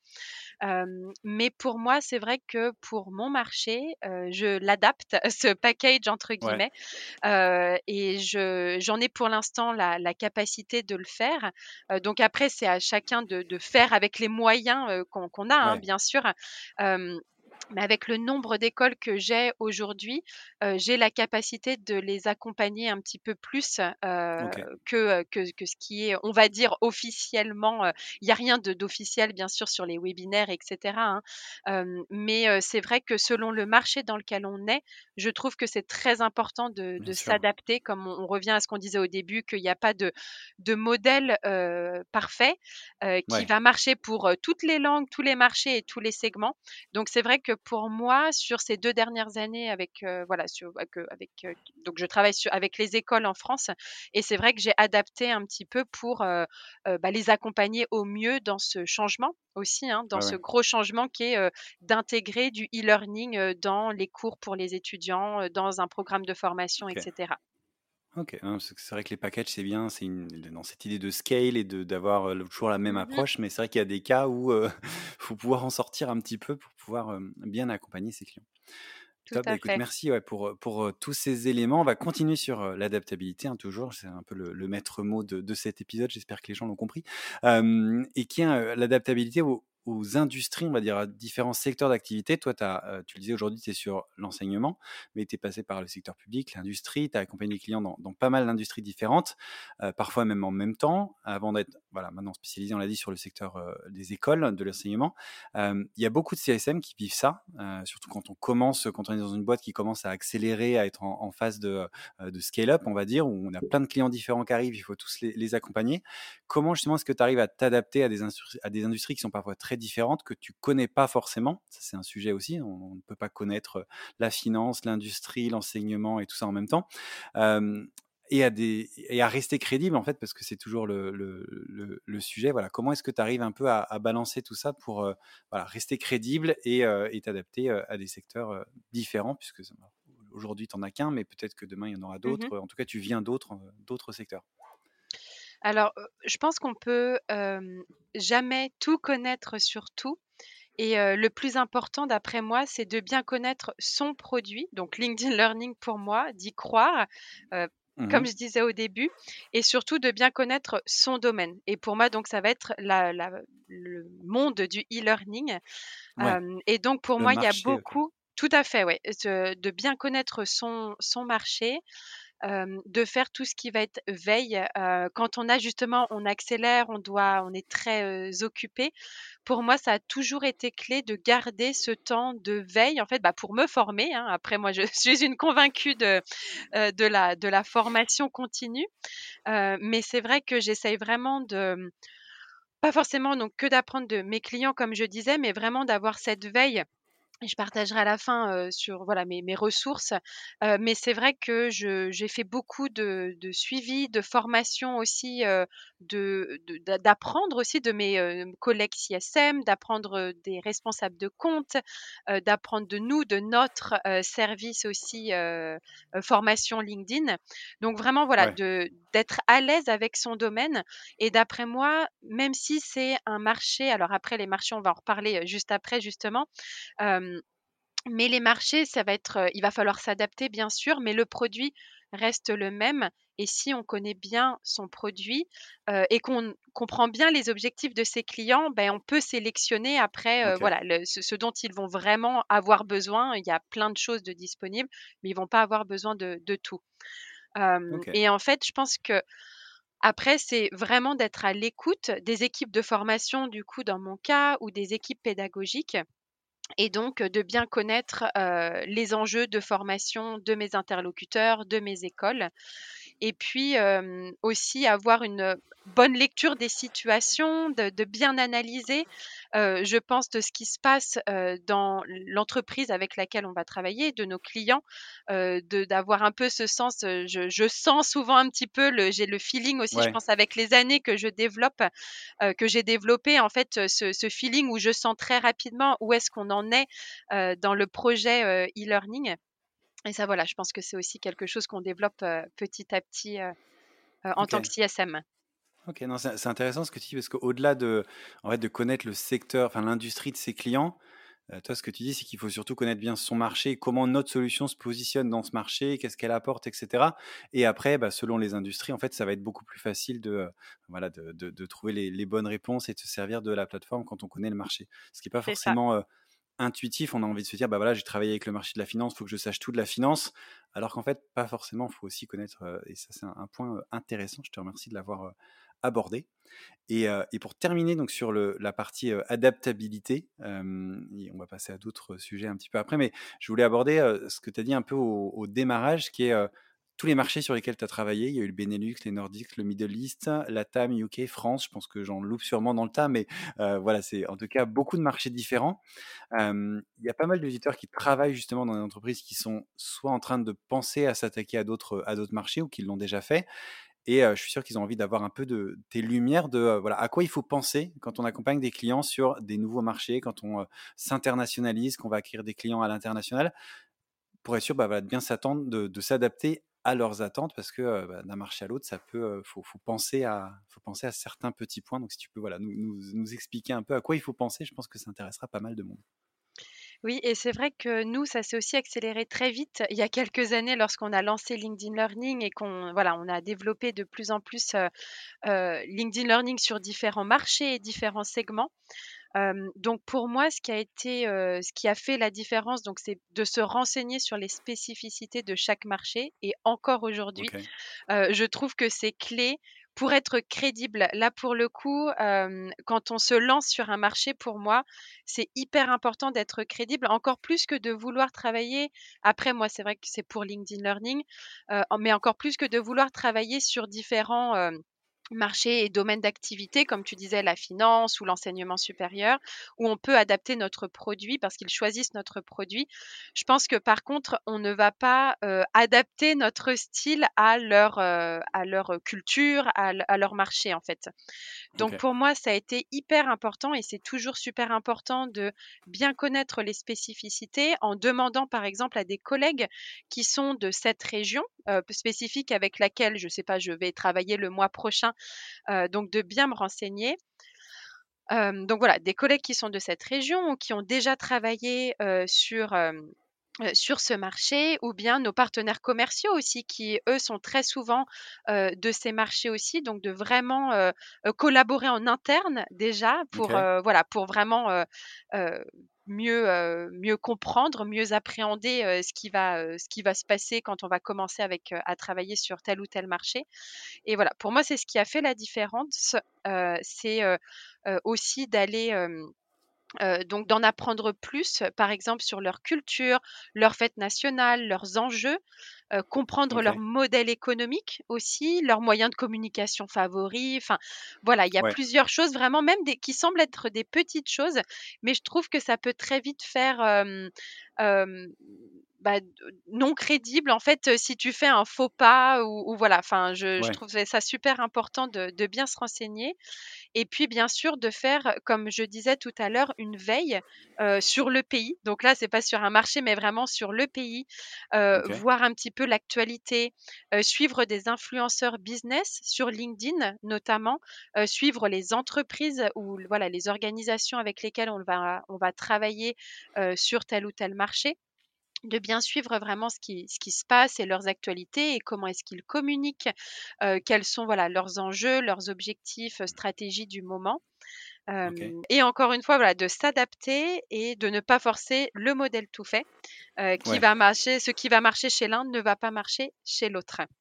Hem, mais pour moi, c'est vrai que pour mon marché, heu, je l'adapte, ce «package» entre Ouais, guillemets, heu et je j'en ai pour l'instant la la capacité de le faire. Heu, donc après, c'est à chacun de de faire avec les moyens, heu, qu'on qu'on a, hein, ouais, bien sûr. Hem, mais avec le nombre d'écoles que j'ai aujourd'hui, heu, j'ai la capacité de les accompagner un petit peu plus, heu, OK. que, que que ce qui est, on va dire, officiellement, heu, il y a rien de d'officiel bien sûr sur les webinaires et cetera, hein. Hem, mais, heu, c'est vrai que selon le marché dans lequel on est, je trouve que c'est très important de Bien de sûr. s'adapter, comme on on revient à ce qu'on disait au début, qu'il y a pas de de modèle, heu, parfait, heu, qui Ouais, va marcher pour, heu, toutes les langues, tous les marchés et tous les segments. Donc c'est vrai que pour moi, sur ces deux dernières années avec, heu, voilà, sur avec, heu avec, heu donc je travaille sur avec les écoles en France et c'est vrai que j'ai adapté un petit peu pour, heu heu, bah, les accompagner au mieux dans ce changement aussi, hein, dans ouais, ce ouais. gros changement qui est, heu, d'intégrer du e-learning, heu, dans les cours pour les étudiants, heu, dans un programme de formation et OK. cetera. OK. Non, c'est c'est vrai que les packages, c'est bien, c'est une dans cette idée de scale et de d'avoir, heu, le toujours la même Mmh. approche, mais c'est vrai qu'il y a des cas où, heu, faut pouvoir en sortir un petit peu pour pouvoir, hem, bien accompagner ses clients. Tout Top, bah, à écoute, fait. merci, ouais, pour, heu, pour, heu, tous ces éléments. On va continuer sur, heu, l'adaptabilité, hein, toujours, c'est un peu le le maître mot de de cet épisode, j'espère que les gens l'ont compris. Hem et qui est, heu, l'adaptabilité aux aux industries, on va dire, à différents secteurs d'activité. Toi, tu as, tu le disais aujourd'hui, tu es sur l'enseignement, mais tu es passé par le secteur public, l'industrie, tu as accompagné les clients dans dans pas mal d'industries différentes, heu, parfois même en même temps, avant d'être, voilà, maintenant spécialisé, on l'a dit, sur le secteur, heu, des écoles, de l'enseignement. Euh, Il y a beaucoup de C S M qui vivent ça, euh, surtout quand on commence, quand on est dans une boîte qui commence à accélérer, à être en, en phase de, euh, de scale-up, on va dire, où on a plein de clients différents qui arrivent, il faut tous les, les accompagner. Comment justement est-ce que tu arrives à t'adapter à des, industries, à des industries qui sont parfois très différentes, que tu connais pas forcément? Ça, c'est un sujet aussi, on, on ne peut pas connaître la finance, l'industrie, l'enseignement et tout ça en même temps. Euh, et à, des, et à rester crédible, en fait, parce que c'est toujours le, le, le, le sujet. Voilà. Comment est-ce que tu arrives un peu à, à balancer tout ça pour, euh, voilà, rester crédible et, euh, et t'adapter euh, à des secteurs euh, différents, puisque ça- aujourd'hui, tu n'en as qu'un, mais peut-être que demain, il y en aura Mmh. d'autres. En tout cas, tu viens d'autres euh, d'autres secteurs. Alors, heu, je pense qu'on peut, hem, jamais tout connaître sur tout et heu, le plus important d'après moi, c'est de bien connaître son produit, donc LinkedIn Learning pour moi, d'y croire, heu, comme Mhm. je disais au début et surtout de bien connaître son domaine et pour moi donc ça va être la la le monde du e-learning, Ouais, hem et donc pour le moi, il y a marché, ok. beaucoup tout à fait, ouais, ce de bien connaître son son marché, hem, de faire tout ce qui va être veille, heu, quand on a justement on accélère, on doit on est très, heu, occupé. Pour moi, ça a toujours été clé de garder ce temps de veille, en fait, bah, pour me former, hein. Après moi, je suis une convaincue de, heu, de la de la formation continue, heu, mais c'est vrai que j'essaye vraiment de, mmh, pas forcément donc que d'apprendre de mes clients comme je disais, mais vraiment d'avoir cette veille. Je partagerai à la fin, heu, sur voilà mes mes ressources, heu, mais c'est vrai que je j'ai fait beaucoup de de suivi, de formation aussi, heu, de de d'a d'apprendre aussi de mes, heu, collègues C S M, d'apprendre, heu, des responsables de compte, heu, d'apprendre de nous, de notre, heu, service aussi, heu heu, formation LinkedIn. Donc vraiment voilà, Ouais, de d'être à l'aise avec son domaine et d'après moi, même si c'est un marché alors après les marchés, on va en reparler, heu, juste après justement, hem mais les marchés, ça va être, heu, il va falloir s'adapter bien sûr, mais le produit reste le même et si on connaît bien son produit, heu et qu'on comprend bien les objectifs de ses clients, ben, on peut sélectionner après, heu, ok, voilà, le ce ce dont ils vont vraiment avoir besoin. Il y a plein de choses de disponibles, mais ils vont pas avoir besoin de de tout. Hem ok, et en fait, je pense qu'après, c'est vraiment d'être à l'écoute des équipes de formation, du coup, dans mon cas, ou des équipes pédagogiques et donc, heu, de bien connaître, heu, les enjeux de formation de mes interlocuteurs, de mes écoles et puis hem, aussi avoir une bonne lecture des situations, de de bien analyser, heu, je pense, de ce qui se passe, heu, dans l'entreprise avec laquelle on va travailler, de nos clients, heu, de d'avoir un peu ce sens, heu, je je sens souvent un petit peu le j'ai le feeling aussi, je Ouais, pense, avec les années que je développe, heu, que j'ai développé en fait, heu, ce ce feeling où je sens très rapidement où est-ce qu'on en est, heu, dans le projet, heu, e-learning, et ça, voilà, je pense que c'est aussi quelque chose qu'on développe, heu, petit à petit, heu heu, en tant que OK. C S M. OK, non, c'est c'est intéressant ce que tu dis parce qu'au-delà de, en fait, de connaître le secteur, enfin l'industrie de ses clients, heu, toi, ce que tu dis, c'est qu'il faut surtout connaître bien son marché, comment notre solution se positionne dans ce marché, qu'est-ce qu'elle apporte, et cetera. Et après, bah, selon les industries, en fait, ça va être beaucoup plus facile de, heu, voilà, de de de trouver les les bonnes réponses et de se servir de la plateforme quand on connaît le marché. Ce qui est pas C'est ça, forcément, heu, intuitif. On a envie de se dire: «Bah, voilà, j'ai travaillé avec le marché de la finance, il faut que je sache tout de la finance», alors qu'en fait, pas forcément. Il faut aussi connaître, heu et ça, c'est un un point, heu, intéressant. Je te remercie de l'avoir, heu, abordé. Et, euh, et pour terminer donc sur le, la partie euh, adaptabilité, euh, et on va passer à d'autres sujets un petit peu après, mais je voulais aborder euh, ce que tu as dit un peu au, au démarrage, qui est euh, tous les marchés sur lesquels tu as travaillé. Il y a eu le Benelux, les Nordiques, le Middle East, la T A M, U K, France. Je pense que j'en loupe sûrement dans le tas, mais euh, voilà, c'est en tout cas beaucoup de marchés différents. Euh, il y a pas mal d'auditeurs qui travaillent justement dans des entreprises qui sont soit en train de penser à s'attaquer à d'autres à d'autres marchés ou qui l'ont déjà fait, et euh, je suis sûr qu'ils ont envie d'avoir un peu de tes lumières de euh, voilà à quoi il faut penser quand on accompagne des clients sur des nouveaux marchés, quand on euh, s'internationalise, qu'on va acquérir des clients à l'international, pour être sûr bah, voilà, de bien s'attendre, de, de s'adapter à leurs attentes, parce que euh, bah, d'un marché à l'autre, ça peut, euh, faut, faut penser à, faut penser à certains petits points. Donc si tu peux voilà nous, nous, nous expliquer un peu à quoi il faut penser, je pense que ça intéressera pas mal de monde. oui, et c'est vrai que nous, ça s'est aussi accéléré très vite il y a quelques années lorsqu'on a lancé LinkedIn Learning et qu'on voilà, on a développé de plus en plus, heu heu, LinkedIn Learning sur différents marchés et différents segments. Hem, donc pour moi, ce qui a été, heu, ce qui a fait la différence, donc c'est de se renseigner sur les spécificités de chaque marché, et encore aujourd'hui, Ok, Heu, je trouve que c'est clé pour être crédible. Là, pour le coup, hem, quand on se lance sur un marché, pour moi, c'est hyper important d'être crédible, encore plus que de vouloir travailler, après moi, c'est vrai que c'est pour LinkedIn Learning, heu, mais encore plus que de vouloir travailler sur différents, hem, marchés et domaines d'activité, comme tu disais, la finance ou l'enseignement supérieur, où on peut adapter notre produit parce qu'ils choisissent notre produit. Je pense que par contre, on ne va pas, heu, adapter notre style à leur, heu, à leur culture, à l à leur marché, en fait. ok, Donc pour moi, ça a été hyper important, et c'est toujours super important de bien connaître les spécificités en demandant, par exemple, à des collègues qui sont de cette région, heu, spécifique avec laquelle, je sais pas, je vais travailler le mois prochain, heu, donc de bien me renseigner. Hem, donc voilà, des collègues qui sont de cette région ou qui ont déjà travaillé, heu, sur, hem, heu, sur ce marché, ou bien nos partenaires commerciaux aussi qui, eux, sont très souvent, heu, de ces marchés aussi. Donc de vraiment, heu heu, collaborer en interne déjà ok, pour, heu, voilà, pour vraiment, heu heu, mieux, heu, mieux comprendre, mieux appréhender, heu, ce qui va, heu, ce qui va se passer quand on va commencer avec, heu, à travailler sur tel ou tel marché. Et voilà, pour moi, c'est ce qui a fait la différence, heu, c'est, heu heu, aussi d'aller, hem, heu, donc d'en apprendre plus, par exemple, sur leur culture, leurs fêtes nationales, leurs enjeux, heu, comprendre ok, leur modèle économique aussi, leurs moyens de communication favoris. Enfin, voilà, il y a ouais, plusieurs choses vraiment, même des qui semblent être des petites choses, mais je trouve que ça peut très vite faire, hem, hem, bah, d non crédible, en fait, heu, si tu fais un faux pas, ou ou voilà. Enfin, je je ouais, trouvais ça super important de de bien se renseigner, et puis, bien sûr, de faire, comme je disais tout à l'heure, une veille, heu, sur le pays. Donc là, c'est pas sur un marché, mais vraiment sur le pays, heu, ok, voir un petit peu l'actualité, heu, suivre des influenceurs business sur LinkedIn notamment, heu, suivre les entreprises ou l voilà, les organisations avec lesquelles on va on va travailler, heu, sur tel ou tel marché. De bien suivre vraiment ce qui ce qui se passe et leurs actualités et comment est-ce qu'ils communiquent, heu, quels sont, voilà, leurs enjeux, leurs objectifs, heu, stratégies du moment. ok. Hem et encore une fois, voilà, de s'adapter et de ne pas forcer le modèle tout fait, heu, qui Ouais. va marcher ce qui va marcher chez l'un ne va pas marcher chez l'autre.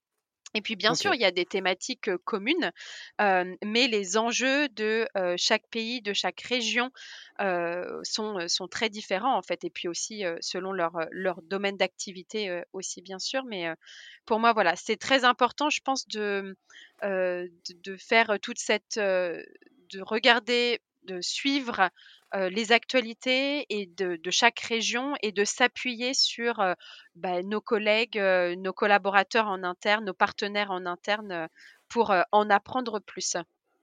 Et puis, bien sûr, OK. il y a des thématiques, heu, communes, hem, mais les enjeux de, heu, chaque pays, de chaque région, heu, sont, heu, sont très différents, en fait et puis aussi, heu, selon leur, heu, leur domaine d'activité, heu, aussi bien sûr. Mais, heu, pour moi, voilà, c'est très important, je pense, de, mmh, de de faire, toute cette, heu de regarder, de suivre, heu, les actualités et de de chaque région et de s'appuyer sur, heu, bah, nos collègues, heu, nos collaborateurs en interne, nos partenaires en interne, heu, pour, heu, en apprendre plus.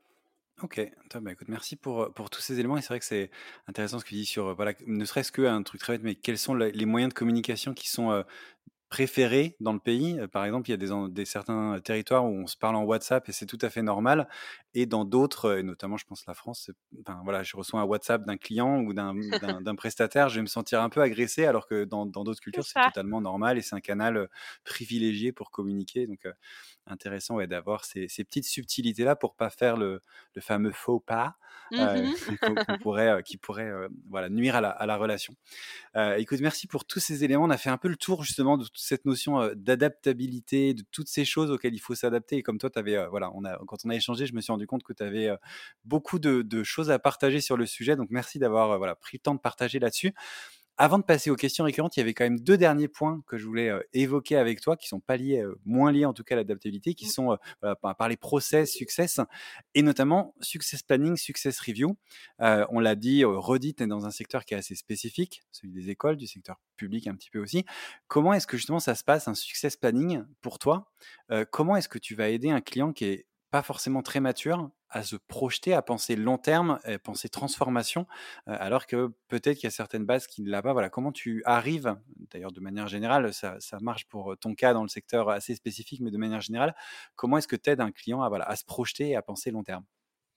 OK, top, bah, écoute, merci pour, heu, pour tous ces éléments et c'est vrai que c'est intéressant ce que tu dis sur, heu, voilà, ne serait-ce qu'un truc très bête, mais quels sont les les moyens de communication qui sont, heu, préférés dans le pays. Heu, par exemple, il y a des en des certains territoires où on se parle en WhatsApp et c'est tout à fait normal et dans d'autres, heu, et notamment je pense la France, c'est enfin voilà, je reçois un WhatsApp d'un client ou d'un d'un d'un prestataire, je vais me sentir un peu agressé alors que dans dans d'autres C'est cultures, c'est ça. totalement normal et c'est un canal, heu, privilégié pour communiquer donc heu, intéressant, ouais, d'avoir ces ces petites subtilités-là pour pas faire le le fameux faux pas, heu, Mmh. qu'on qu'on pourrait, heu, qui pourrait, heu, voilà, nuire à la à la relation. Heu, écoute, merci pour tous ces éléments. On a fait un peu le tour justement de toute cette notion, heu, d'adaptabilité, de toutes ces choses auxquelles il faut s'adapter et comme toi, tu avais, heu, voilà, on a quand on a échangé, je me suis rendu compte que tu avais, heu, beaucoup de de choses à partager sur le sujet, donc merci d'avoir, heu, voilà, pris le temps de partager là-dessus. Avant de passer aux questions récurrentes, il y avait quand même deux derniers points que je voulais, heu, évoquer avec toi, qui sont pas liés, heu, moins liés en tout cas à l'adaptabilité, qui Mmh. sont, heu, voilà, par par les process, success et notamment success planning, success review. Heu, on l'a dit, heu, redit, tu es dans un secteur qui est assez spécifique, celui des écoles, du secteur public un petit peu aussi. Comment est-ce que justement ça se passe un success planning pour toi? Heu, comment est-ce que tu vas aider un client qui est pas forcément très mature à se projeter, à penser long terme, et penser transformation? Heu, alors que peut-être qu'il y a certaines bases qui ne l'a pas. Voilà, comment tu arrives, d'ailleurs de manière générale, ça ça marche pour, ton cas dans le secteur assez spécifique, mais de manière générale, comment est-ce que tu aides un client à, voilà, à se projeter et à penser long terme?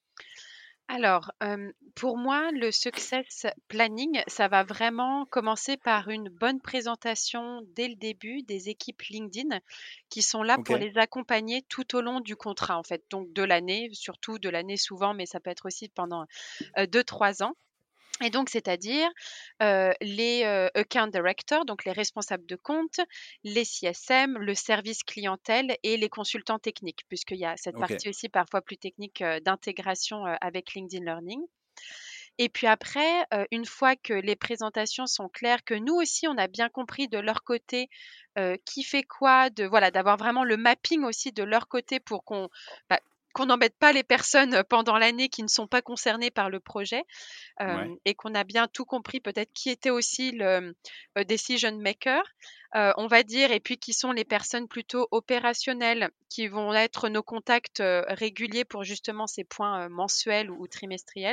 Alors, hem, pour moi, le success planning, ça va vraiment commencer par une bonne présentation dès le début des équipes LinkedIn qui sont là pour OK, les accompagner tout au long du contrat, en fait, donc de l'année, surtout de l'année souvent, mais ça peut être aussi pendant, heu, deux trois ans. Et donc, c'est-à-dire, heu, les, heu, account directors, donc les responsables de compte, les C S M, le service clientèle et les consultants techniques, puisqu'il y a cette OK, partie aussi parfois plus technique, heu, d'intégration, heu, avec LinkedIn Learning. Et puis après, heu, une fois que les présentations sont claires, que nous aussi on a bien compris de leur côté, heu, qui fait quoi, de voilà, d'avoir vraiment le mapping aussi de leur côté pour qu'on, bah, qu'on n'embête pas les personnes, pendant l'année qui ne sont pas concernées par le projet. ouais, Hem et qu'on a bien tout compris, peut-être qui était aussi le, heu, decision maker, heu, on va dire et puis qui sont les personnes plutôt opérationnelles qui vont être nos contacts, heu, réguliers pour justement ces points, heu, mensuels ou trimestriels.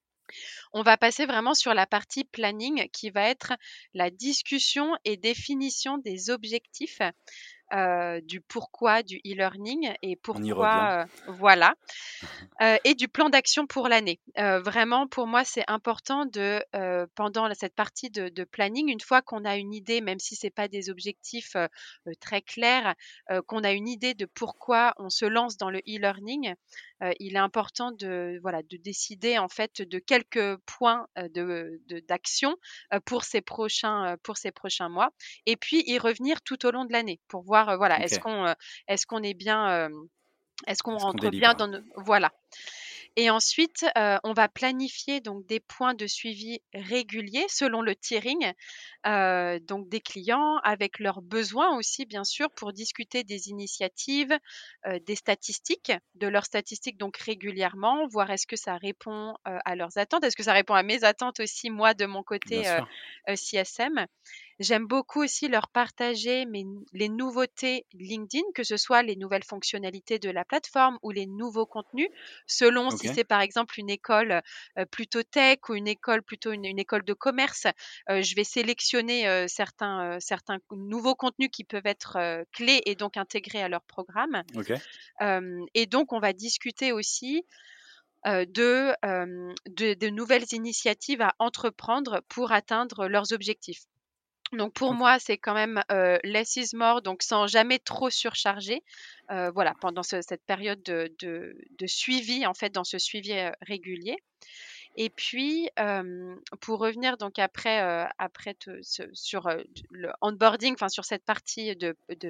On va passer vraiment sur la partie planning qui va être la discussion et définition des objectifs, heu, du pourquoi du e-learning et on y revient. pourquoi, heu voilà. Heu et du plan d'action pour l'année. Heu, vraiment pour moi, c'est important de, heu, pendant la cette partie de de planning, une fois qu'on a une idée, même si c'est pas des objectifs, heu heu, très clairs, heu, qu'on a une idée de pourquoi on se lance dans le e-learning, heu, il est important de voilà, de décider en fait de quelques points, heu, de de d'action, heu, pour ces prochains, heu, pour ces prochains mois et puis y revenir tout au long de l'année pour voir, heu, voilà, est-ce OK. qu'on, heu, est-ce qu'on est bien, hem, est-ce qu'on Est-ce qu'on rentre bien délivre? dans nos voilà. Et ensuite, heu, on va planifier donc des points de suivi réguliers selon le tiering, heu, donc des clients avec leurs besoins aussi bien sûr pour discuter des initiatives, heu, des statistiques, de leurs statistiques donc régulièrement, voir est-ce que ça répond, heu, à leurs attentes? Est-ce que ça répond à mes attentes aussi moi de mon Bien côté, heu sûr. heu, C S M? J'aime beaucoup aussi leur partager mes les nouveautés LinkedIn, que ce soit les nouvelles fonctionnalités de la plateforme ou les nouveaux contenus, selon si OK, c'est par exemple une école, heu, plutôt tech ou une école plutôt une une école de commerce. Heu, je vais sélectionner, heu, certains, heu, certains nouveaux contenus qui peuvent être, heu, clés et donc intégrés à leur programme. OK, Hem et donc on va discuter aussi, heu, de, hem, de de nouvelles initiatives à entreprendre pour atteindre leurs objectifs. Donc pour OK. moi, c'est quand même, heu, less is more, donc sans jamais trop surcharger, heu, voilà, pendant ce cette période de de de suivi, en fait, dans ce suivi, heu, régulier et puis, hem, pour revenir donc après, heu, après te ce sur, heu, le onboarding, enfin sur cette partie de de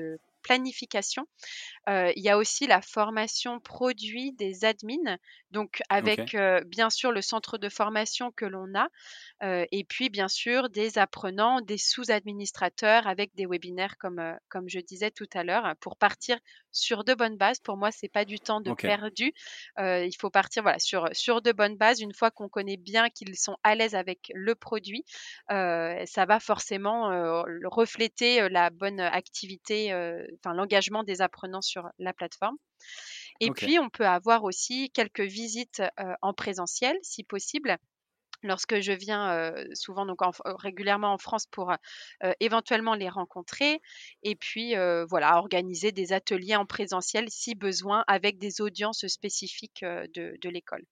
planification. Heu, il y a aussi la formation produit des admins, donc OK. avec, heu, bien sûr le centre de formation que l'on a, heu et puis bien sûr des apprenants, des sous-administrateurs avec des webinaires comme, heu, comme je disais tout à l'heure, pour partir sur de bonnes bases. Pour moi, c'est pas du temps de OK. perdu. Heu, il faut partir, voilà, sur, sur de bonnes bases. Une fois qu'on connaît bien, qu'ils sont à l'aise avec le produit, heu, ça va forcément, heu, le refléter, heu, la bonne activité, heu, enfin l'engagement des apprenants sur la plateforme. Et OK. puis on peut avoir aussi quelques visites, heu, en présentiel si possible. Lorsque je viens, heu, souvent donc en f régulièrement en France pour, heu heu, éventuellement les rencontrer et puis, heu, voilà, organiser des ateliers en présentiel si besoin avec des audiences spécifiques, heu, de de l'école.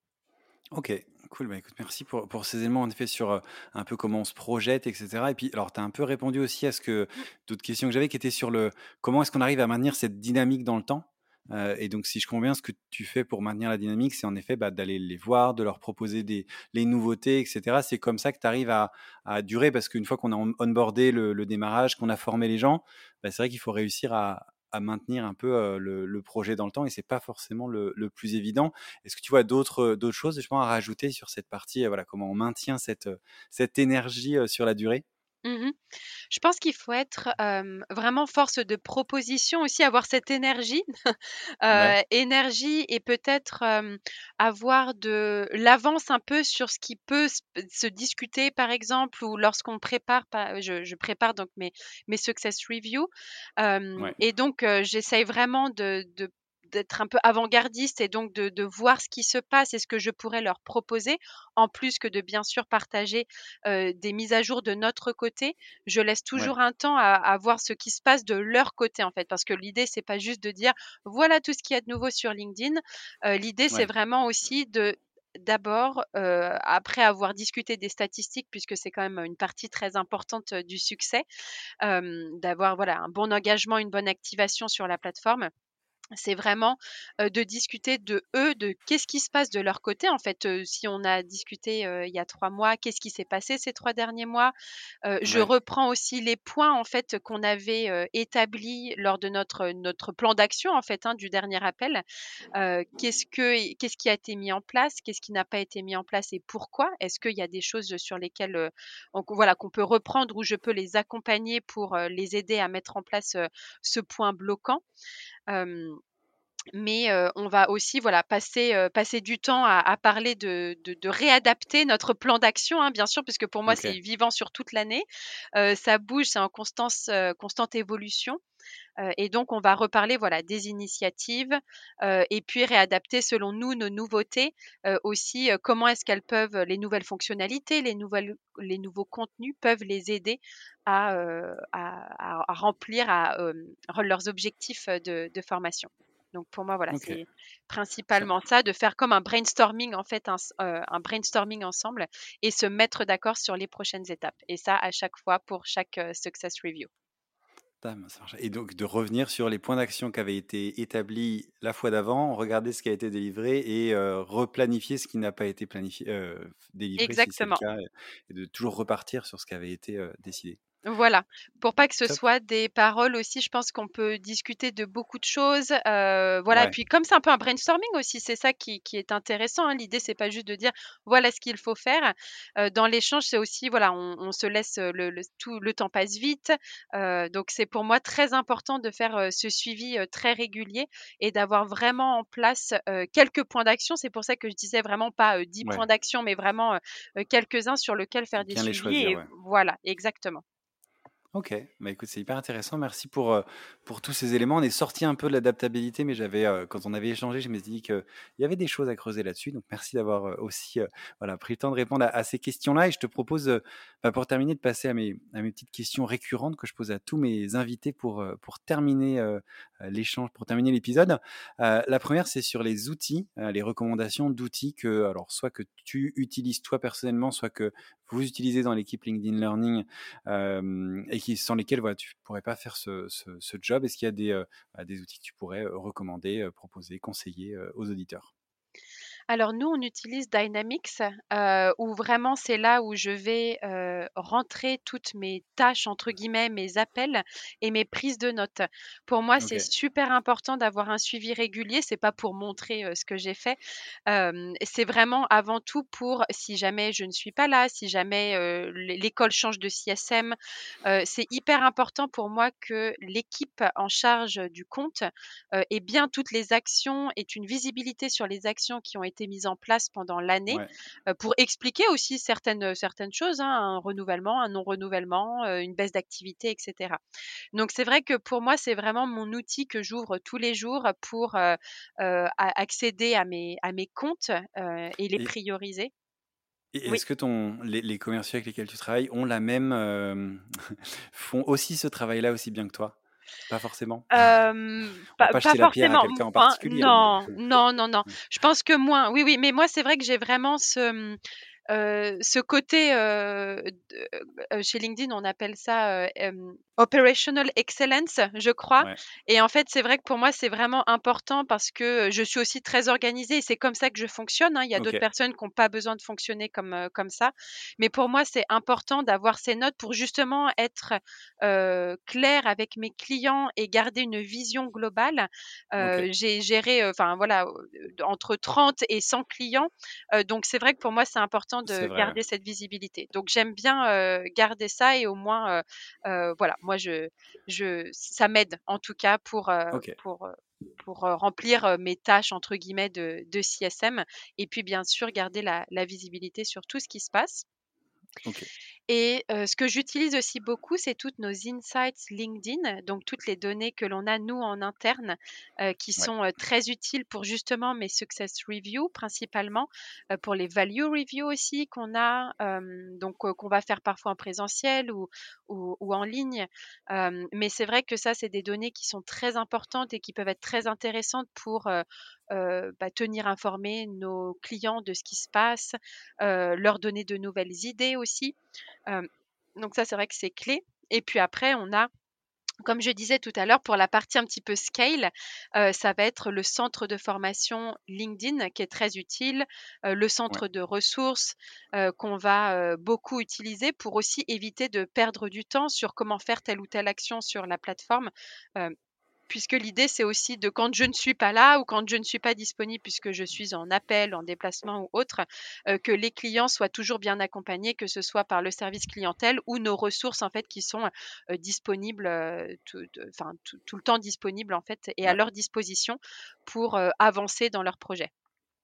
OK, cool. Bah, écoute, merci pour pour ces éléments, en effet, sur, heu, un peu comment on se projette et cetera et puis, alors, tu as un peu répondu aussi à ce que Mmh. d'autres questions que j'avais qui étaient sur le comment est-ce qu'on arrive à maintenir cette dynamique dans le temps? Heu et donc si je comprends bien, ce que tu fais pour maintenir la dynamique, c'est en effet, bah, d'aller les voir, de leur proposer des les nouveautés et cetera. C'est comme ça que tu arrives à à durer parce qu'une fois qu'on a on onboardé le le démarrage, qu'on a formé les gens, bah, c'est vrai qu'il faut réussir à à maintenir un peu, heu, le le projet dans le temps et c'est pas forcément le le plus évident. Est-ce que tu vois d'autres, heu, d'autres choses justement à rajouter sur cette partie, heu, voilà, comment on maintient cette, heu, cette énergie, heu, sur la durée? Mmh. Je pense qu'il faut être, hem, vraiment force de proposition aussi, avoir cette énergie, Ouais, heu, énergie et peut-être, hem, avoir de l'avance un peu sur ce qui peut s se discuter par exemple ou lorsqu'on prépare pa je je prépare donc mes mes success reviews, hem ouais, et donc heu, j'essaye vraiment de de d'être un peu avant-gardiste et donc de de voir ce qui se passe et ce que je pourrais leur proposer, en plus que de bien sûr partager, heu, des mises à jour de notre côté. Je laisse ouais, toujours un temps à à voir ce qui se passe de leur côté, en fait, parce que l'idée, c'est pas juste de dire: «Voilà tout ce qu'il y a de nouveau sur LinkedIn». Heu, l'idée, c'est ouais, vraiment aussi de d'abord, heu, après avoir discuté des statistiques, puisque c'est quand même une partie très importante, heu, du succès, hem, d'avoir, voilà, un bon engagement, une bonne activation sur la plateforme. C'est vraiment, heu, de discuter de eux, de qu'est-ce qui se passe de leur côté, en fait, heu, si on a discuté, heu, il y a trois mois, qu'est-ce qui s'est passé ces trois derniers mois? Heu, je ouais, reprends aussi les points, en fait, qu'on avait, heu, établis lors de notre, notre plan d'action, en fait, hein, du dernier appel. Heu, qu'est-ce que qu'est-ce qui a été mis en place? Qu'est-ce qui n'a pas été mis en place et pourquoi? Est-ce qu'il y a des choses sur lesquelles, heu, on voilà, qu'on peut reprendre ou je peux les accompagner pour, heu, les aider à mettre en place, heu, ce point bloquant? Hem mais heu, on va aussi, voilà, passer, heu, passer du temps à à parler de de de réadapter notre plan d'action, hein, bien sûr, puisque pour moi, c'est OK, vivant sur toute l'année. Heu, ça bouge, c'est en constance, heu, constante évolution, heu et donc on va reparler, voilà, des initiatives, heu et puis réadapter selon nous nos nouveautés, heu, aussi, heu, comment est-ce qu'elles peuvent les nouvelles fonctionnalités, les nouvelles les nouveaux contenus peuvent les aider à, heu, à à à remplir, à, hem, leurs objectifs, de de formation. Donc pour moi, voilà, OK. c'est Ça principalement ça, de faire comme un brainstorming en fait, un s heu, un brainstorming ensemble et se mettre d'accord sur les prochaines étapes et ça à chaque fois pour chaque, heu, success review. Dame, ça marche et donc de revenir sur les points d'action qui avaient été établis la fois d'avant, regarder ce qui a été délivré et heu, replanifier ce qui n'a pas été planifié heu, délivré si c'est le Exactement. cas et et de toujours repartir sur ce qui avait été, heu, décidé. Voilà, pour pas que ce Top. soit des paroles aussi, je pense qu'on peut discuter de beaucoup de choses, heu, voilà et Ouais, puis comme c'est un peu un brainstorming aussi, c'est ça qui qui est intéressant, hein. L'idée, c'est pas juste de dire: «Voilà ce qu'il faut faire». Heu, dans l'échange, c'est aussi voilà, on on se laisse, heu, le le tout le temps passe vite, heu, donc c'est pour moi très important de faire, heu, ce suivi, heu, très régulier et d'avoir vraiment en place, heu, quelques points d'action. C'est pour ça que je disais vraiment pas, heu, dix ouais, points d'action, mais vraiment, heu heu, quelques-uns sur lesquels faire des bien les suivis choisir, et ouais. voilà, exactement. OK, bah, écoute, c'est hyper intéressant. Merci pour, heu, pour tous ces éléments. On est sorti un peu de l'adaptabilité, mais j'avais, heu, quand on avait échangé, je me suis dit qu'il y avait des choses à creuser là-dessus. Donc merci d'avoir, heu, aussi, heu, voilà, pris le temps de répondre à à ces questions-là et je te propose, heu, bah, pour terminer, de passer à mes à mes petites questions récurrentes que je pose à tous mes invités pour, heu, pour terminer, heu heu, l'échange, pour terminer l'épisode. Heu, la première, c'est sur les outils, heu, les recommandations d'outils que alors soit que tu utilises toi personnellement, soit que vous utilisez dans l'équipe LinkedIn Learning, hem et qui sans lesquels, voilà, tu pourrais pas faire ce ce ce job. Est-ce qu'il y a des, heu, bah, des outils que tu pourrais, heu, recommander, heu, proposer, conseiller, heu, aux auditeurs? Alors nous, on utilise Dynamics, heu, où vraiment c'est là où je vais, heu, rentrer toutes mes tâches entre guillemets, mes appels et mes prises de notes. Pour moi, c'est OK. super important d'avoir un suivi régulier. C'est pas pour montrer, heu, ce que j'ai fait. Hem, c'est vraiment avant tout pour si jamais je ne suis pas là, si jamais, heu, l'é l'école change de C S M, heu, c'est hyper important pour moi que l'équipe en charge du compte, heu, ait bien toutes les actions, ait une visibilité sur les actions qui ont été mises en place pendant l'année, Ouais. heu, pour expliquer aussi certaines, certaines choses, hein, un renouvellement, un non renouvellement, heu, une baisse d'activité et cetera. Donc c'est vrai que pour moi, c'est vraiment mon outil que j'ouvre tous les jours pour, heu heu, a accéder à mes à mes comptes, heu, et les Et prioriser. et Oui. est-ce que ton les les commerciaux avec lesquels tu travailles ont la même, hem, font aussi ce travail-là aussi bien que toi? Pas forcément? Hem, On va pas pas pas jeter la pierre à forcément, quelqu'un en enfin particulier, mais non, non, non, non. Je pense que moins. Oui, oui, mais moi, c'est vrai que j'ai vraiment ce, mmh, heu, ce côté, heu, de heu, chez LinkedIn, on appelle ça, heu, hem, operational excellence, je crois ouais, et en fait, c'est vrai que pour moi, c'est vraiment important parce que, je suis aussi très organisée et c'est comme ça que je fonctionne, hein. Il y a d'autres OK, personnes qui ont pas besoin de fonctionner comme, heu, comme ça. Mais pour moi, c'est important d'avoir ces notes pour justement être, heu, claire avec mes clients et garder une vision globale. OK, Heu, j'ai géré, heu, enfin voilà, heu, entre trente et cent clients, heu, donc c'est vrai que pour moi, c'est important c'est de vrai, garder cette visibilité. Donc j'aime bien, heu, garder ça et au moins, heu heu, voilà, moi je je ça m'aide en tout cas pour, heu, OK, pour, heu, pour, heu, remplir, heu, mes tâches entre guillemets de de C S M et puis bien sûr garder la la visibilité sur tout ce qui se passe. OK, Et heu, ce que j'utilise aussi beaucoup, c'est toutes nos insights LinkedIn, donc toutes les données que l'on a nous en interne, heu, qui ouais, sont, heu, très utiles pour justement mes success reviews principalement, heu, pour les value reviews aussi qu'on a, hem, donc heu, qu'on va faire parfois en présentiel ou ou ou en ligne. Hem, mais c'est vrai que ça, c'est des données qui sont très importantes et qui peuvent être très intéressantes pour, heu heu, bah, tenir informés nos clients de ce qui se passe, heu, leur donner de nouvelles idées aussi. Hem, donc ça, c'est vrai que c'est clé et puis après on a, comme je disais tout à l'heure, pour la partie un petit peu scale, heu, ça va être le centre de formation LinkedIn qui est très utile, heu, le ouais, centre de ressources, heu, qu'on va, heu, beaucoup utiliser pour aussi éviter de perdre du temps sur comment faire telle ou telle action sur la plateforme. Hem, Puisque l'idée, c'est aussi de quand je ne suis pas là ou quand je ne suis pas disponible puisque je suis en appel, en déplacement ou autre, heu, que les clients soient toujours bien accompagnés, que ce soit par le service clientèle ou nos ressources en fait qui sont, heu, disponibles, heu, tout de enfin tout tout le temps disponibles en fait et à ouais. leur disposition pour, heu, avancer dans leurs projets.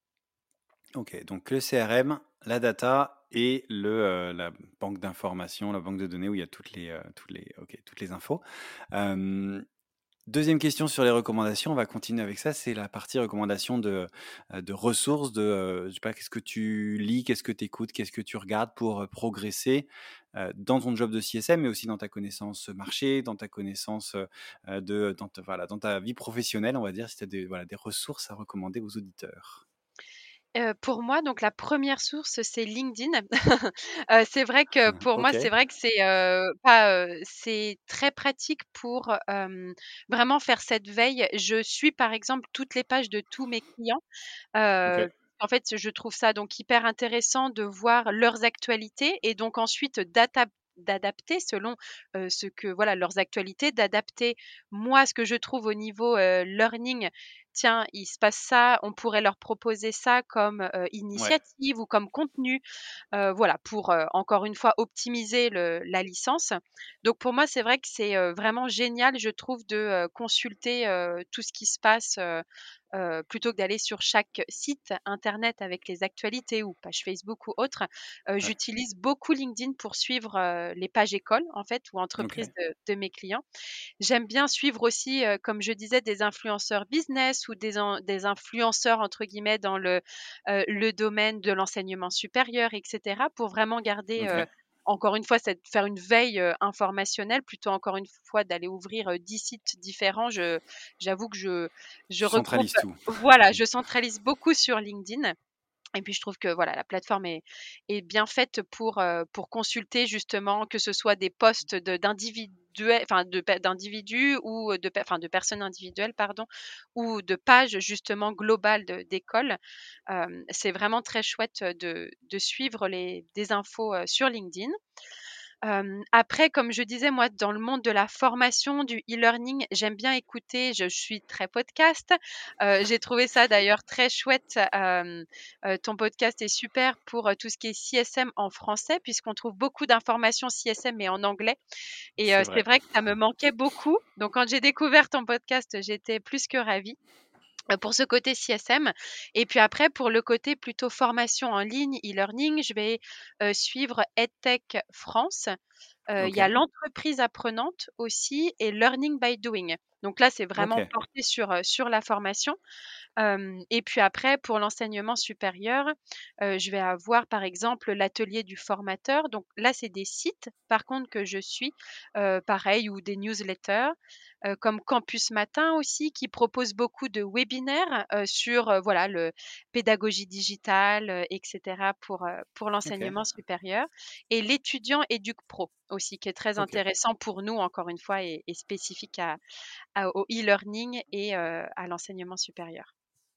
OK, donc le C R M, la data et le, heu, la banque d'informations, la banque de données où il y a toutes les, heu, toutes les OK, toutes les infos. Hem, deuxième question sur les recommandations, on va continuer avec ça, c'est la partie recommandation de, heu, de ressources, de, heu, je sais pas, qu'est-ce que tu lis? Qu'est-ce que tu écoutes? Qu'est-ce que tu regardes pour, heu, progresser, heu, dans ton job de C S M, mais aussi dans ta connaissance, marché, dans ta connaissance, heu heu, de dans ta voilà, dans ta vie professionnelle, on va dire, si tu as des, voilà, des ressources à recommander aux auditeurs? Heu, pour moi, donc la première source, c'est LinkedIn. Heu, c'est vrai que pour moi, c'est OK, vrai que c'est, heu, pas, heu, c'est très pratique pour, hem, vraiment faire cette veille. Je suis, par exemple, toutes les pages de tous mes clients. OK, Heu, En fait, je trouve ça donc hyper intéressant de voir leurs actualités et donc ensuite d'atap d'adapter selon, heu, ce que voilà, leurs actualités, d'adapter moi ce que je trouve au niveau, heu, learning. Tiens, il se passe ça, on pourrait leur proposer ça comme, heu, ouais, initiative ou comme contenu. Heu, voilà, pour, heu, encore une fois optimiser le la licence. Donc pour moi, c'est vrai que c'est, heu, vraiment génial, je trouve, de, heu, consulter, heu, tout ce qui se passe, heu heu, plutôt que d'aller sur chaque site internet avec les actualités ou page Facebook ou autre. Heu, ouais, j'utilise beaucoup LinkedIn pour suivre, heu, les pages écoles, en fait, ou entreprises OK, de de mes clients. J'aime bien suivre aussi, heu, comme je disais, des influenceurs business ou des en des «influenceurs» entre guillemets dans le, heu, le domaine de l'enseignement supérieur et cetera pour vraiment garder, heu, OK, encore une fois, cette faire une veille, heu, informationnelle plutôt encore une fois d'aller ouvrir, heu, dix sites différents. Je J'avoue que je je tu regroupe centralises tout. voilà, je centralise beaucoup sur LinkedIn et puis je trouve que voilà, la plateforme est est bien faite pour, heu, pour consulter justement, que ce soit des posts de d'individus duels, enfin de pe d'individus ou de pe enfin de personnes individuelles, pardon, ou de pages justement globales de d'écoles. Hem, c'est vraiment très chouette de de suivre les des infos, heu, sur LinkedIn. Hem, après, comme je disais, moi, dans le monde de la formation, du e-learning, j'aime bien écouter, je suis très podcast. Heu, j'ai trouvé ça d'ailleurs très chouette, hem, heu, ton podcast est super pour, heu, tout ce qui est C S M en français, puisqu'on trouve beaucoup d'informations C S M, mais en anglais et C'est heu, c'est vrai. vrai que ça me manquait beaucoup. Donc quand j'ai découvert ton podcast, j'étais plus que ravie. Heu, pour ce côté C S M et puis après pour le côté plutôt formation en ligne, e-learning, je vais, heu, suivre EdTech France. Heu, il y a OK. l'entreprise apprenante aussi et Learning by Doing. Donc là, c'est vraiment OK. porté sur, heu, sur la formation. Hem et puis après pour l'enseignement supérieur, heu, je vais avoir par exemple l'atelier du formateur. Donc là, c'est des sites par contre que je suis, heu, pareil ou des newsletters, heu, comme Campus Matin aussi qui propose beaucoup de webinaires, heu, sur, heu, voilà le pédagogie digitale, heu et cetera pour, heu, pour OK. l'enseignement supérieur et l'étudiant Éduc Pro aussi qui est très OK. intéressant pour nous encore une fois et et spécifique à à au e-learning et heu, à l'enseignement supérieur.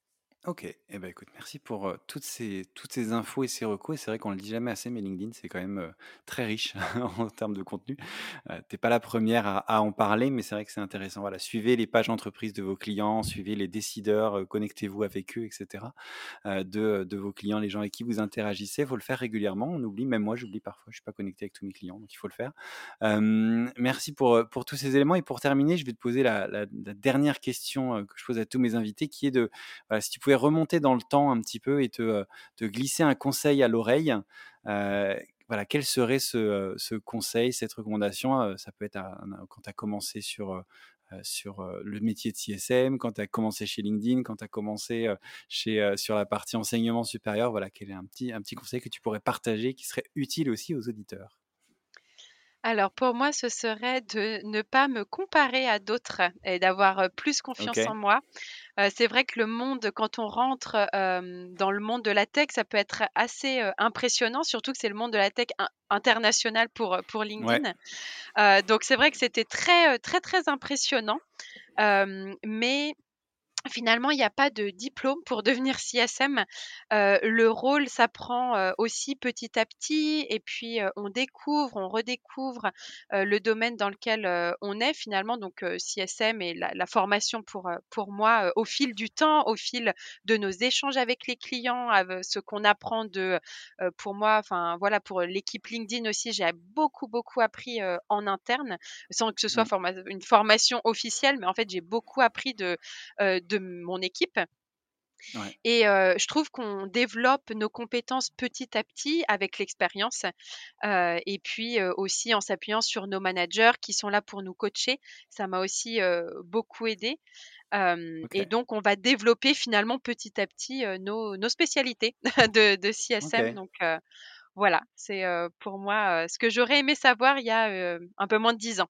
OK. Eh ben, écoute, merci pour, heu, toutes ces toutes ces infos et ces recos et c'est vrai qu'on le dit jamais assez, mais LinkedIn, c'est quand même, heu, très riche en termes de contenu. Heu, tu pas la première à à en parler, mais c'est vrai que c'est intéressant. Voilà, suivez les pages entreprises de vos clients, suivez les décideurs, heu, connectez-vous avec eux et cetera, heu, de, de vos clients, les gens avec qui vous interagissez. Il faut le faire régulièrement. On oublie, même moi, j'oublie parfois, je suis pas connecté avec tous mes clients, donc il faut le faire. Hem, merci pour, heu, pour tous ces éléments et pour terminer, je vais te poser la la la dernière question, heu, que je pose à tous mes invités qui est de voilà, si tu pouvais remonter dans le temps un petit peu et te, heu, te glisser un conseil à l'oreille, heu, voilà, quel serait ce, heu, ce conseil, cette recommandation? Heu, ça peut être à un quand tu as commencé sur, heu heu, sur, heu, le métier de C S M, quand tu as commencé chez LinkedIn, quand tu as commencé, heu, chez, heu, sur la partie enseignement supérieur. Voilà, quel est un petit un petit conseil que tu pourrais partager qui serait utile aussi aux auditeurs? Alors pour moi, ce serait de ne pas me comparer à d'autres et d'avoir, heu, plus confiance en OK. moi. Heu, c'est vrai que le monde, quand on rentre, hem, dans le monde de la tech, ça peut être assez, heu, impressionnant, surtout que c'est le monde de la tech in international pour, heu, pour Ouais. LinkedIn. Heu, donc c'est vrai que c'était très, heu, très, très impressionnant. Hem, mais finalement, il y a pas de diplôme pour devenir C S M. Heu, le rôle s'apprend, heu, aussi petit à petit et puis, heu, on découvre, on redécouvre, heu, le domaine dans lequel, heu, on est finalement donc, heu, C S M et la la formation pour, heu, pour moi, heu, au fil du temps, au fil de nos échanges avec les clients, ave ce qu'on apprend de, heu, pour moi, enfin voilà, pour l'équipe LinkedIn aussi, j'ai beaucoup, beaucoup appris, heu, en interne, sans que ce soit Mmh. forma une formation officielle, mais en fait, j'ai beaucoup appris de, heu, de mon équipe Ouais. et heu, je trouve qu'on développe nos compétences petit à petit avec l'expérience, heu et puis, heu, aussi en s'appuyant sur nos managers qui sont là pour nous coacher. Ça m'a aussi, heu, beaucoup aidée, hem et OK. donc on va développer finalement petit à petit, heu, nos nos spécialités de de C S M OK. donc heu, voilà, c'est, heu, pour moi, heu, ce que j'aurais aimé savoir il y a, heu, un peu moins de dix ans.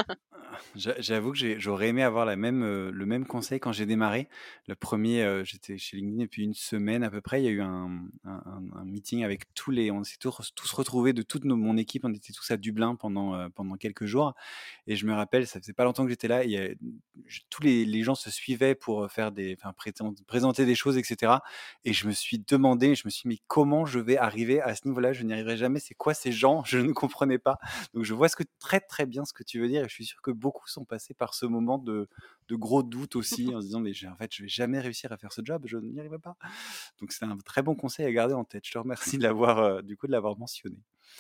J'a j'avoue que j'ai j'aurais aimé avoir la même, heu, le même conseil quand j'ai démarré. Le premier, er j'étais chez LinkedIn depuis une semaine à peu près. Il y a eu un, mmh, un un un meeting avec tous les on s'est tous tous retrouvés de toute nos mon équipe. On était tous à Dublin pendant, heu, pendant quelques jours et je me rappelle, ça faisait pas longtemps que j'étais là, il y a j tous les les gens se suivaient pour, heu, faire des enfin préten présenter des choses et cetera et je me suis demandé, je me suis dit: «Mais comment je vais arriver à ce niveau-là? Je n'y arriverai jamais. C'est quoi ces gens?» Je ne comprenais pas. Donc je vois ce que très, très bien ce que tu veux dire et je suis sûr que beaucoup sont passés par ce moment de de gros doutes aussi en se disant: «Mais j'ai en fait, je vais jamais réussir à faire ce job, je n'y arriverai pas». Donc c'est un très bon conseil à garder en tête. Je te remercie de l'avoir, heu, du coup, de l'avoir mentionné.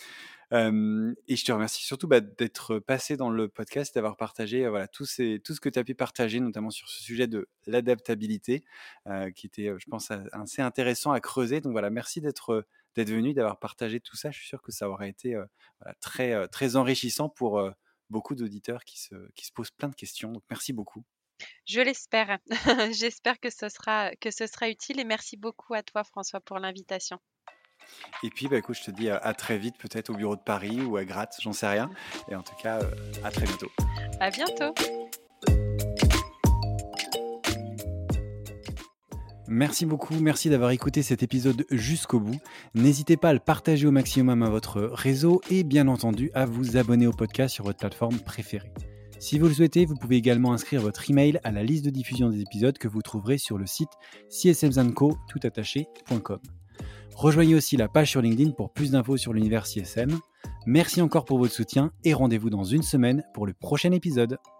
Hem et je te remercie surtout, bah, d'être passé dans le podcast, d'avoir partagé, heu, voilà, tous ces tout ce que tu as pu partager, notamment sur ce sujet de l'adaptabilité, heu, qui était, heu, je pense, a assez intéressant à creuser. Donc voilà, merci d'être, heu, d'être venu, d'avoir partagé tout ça. Je suis sûr que ça aura été, heu, voilà, très, heu, très enrichissant pour, heu, beaucoup d'auditeurs qui se qui se posent plein de questions. Donc merci beaucoup. Je l'espère. J'espère que ce sera que ce sera utile et merci beaucoup à toi François pour l'invitation. Et puis, bah, écoute, je te dis à à très vite, peut-être au bureau de Paris ou à Gratte, j'en sais rien. Et en tout cas, heu, à très bientôt. À bientôt. Merci beaucoup, merci d'avoir écouté cet épisode jusqu'au bout. N'hésitez pas à le partager au maximum à votre réseau et bien entendu à vous abonner au podcast sur votre plateforme préférée. Si vous le souhaitez, vous pouvez également inscrire votre email à la liste de diffusion des épisodes que vous trouverez sur le site c s m s and co tout attaché point com. Rejoignez aussi la page sur LinkedIn pour plus d'infos sur l'univers C S M. Merci encore pour votre soutien et rendez-vous dans une semaine pour le prochain épisode.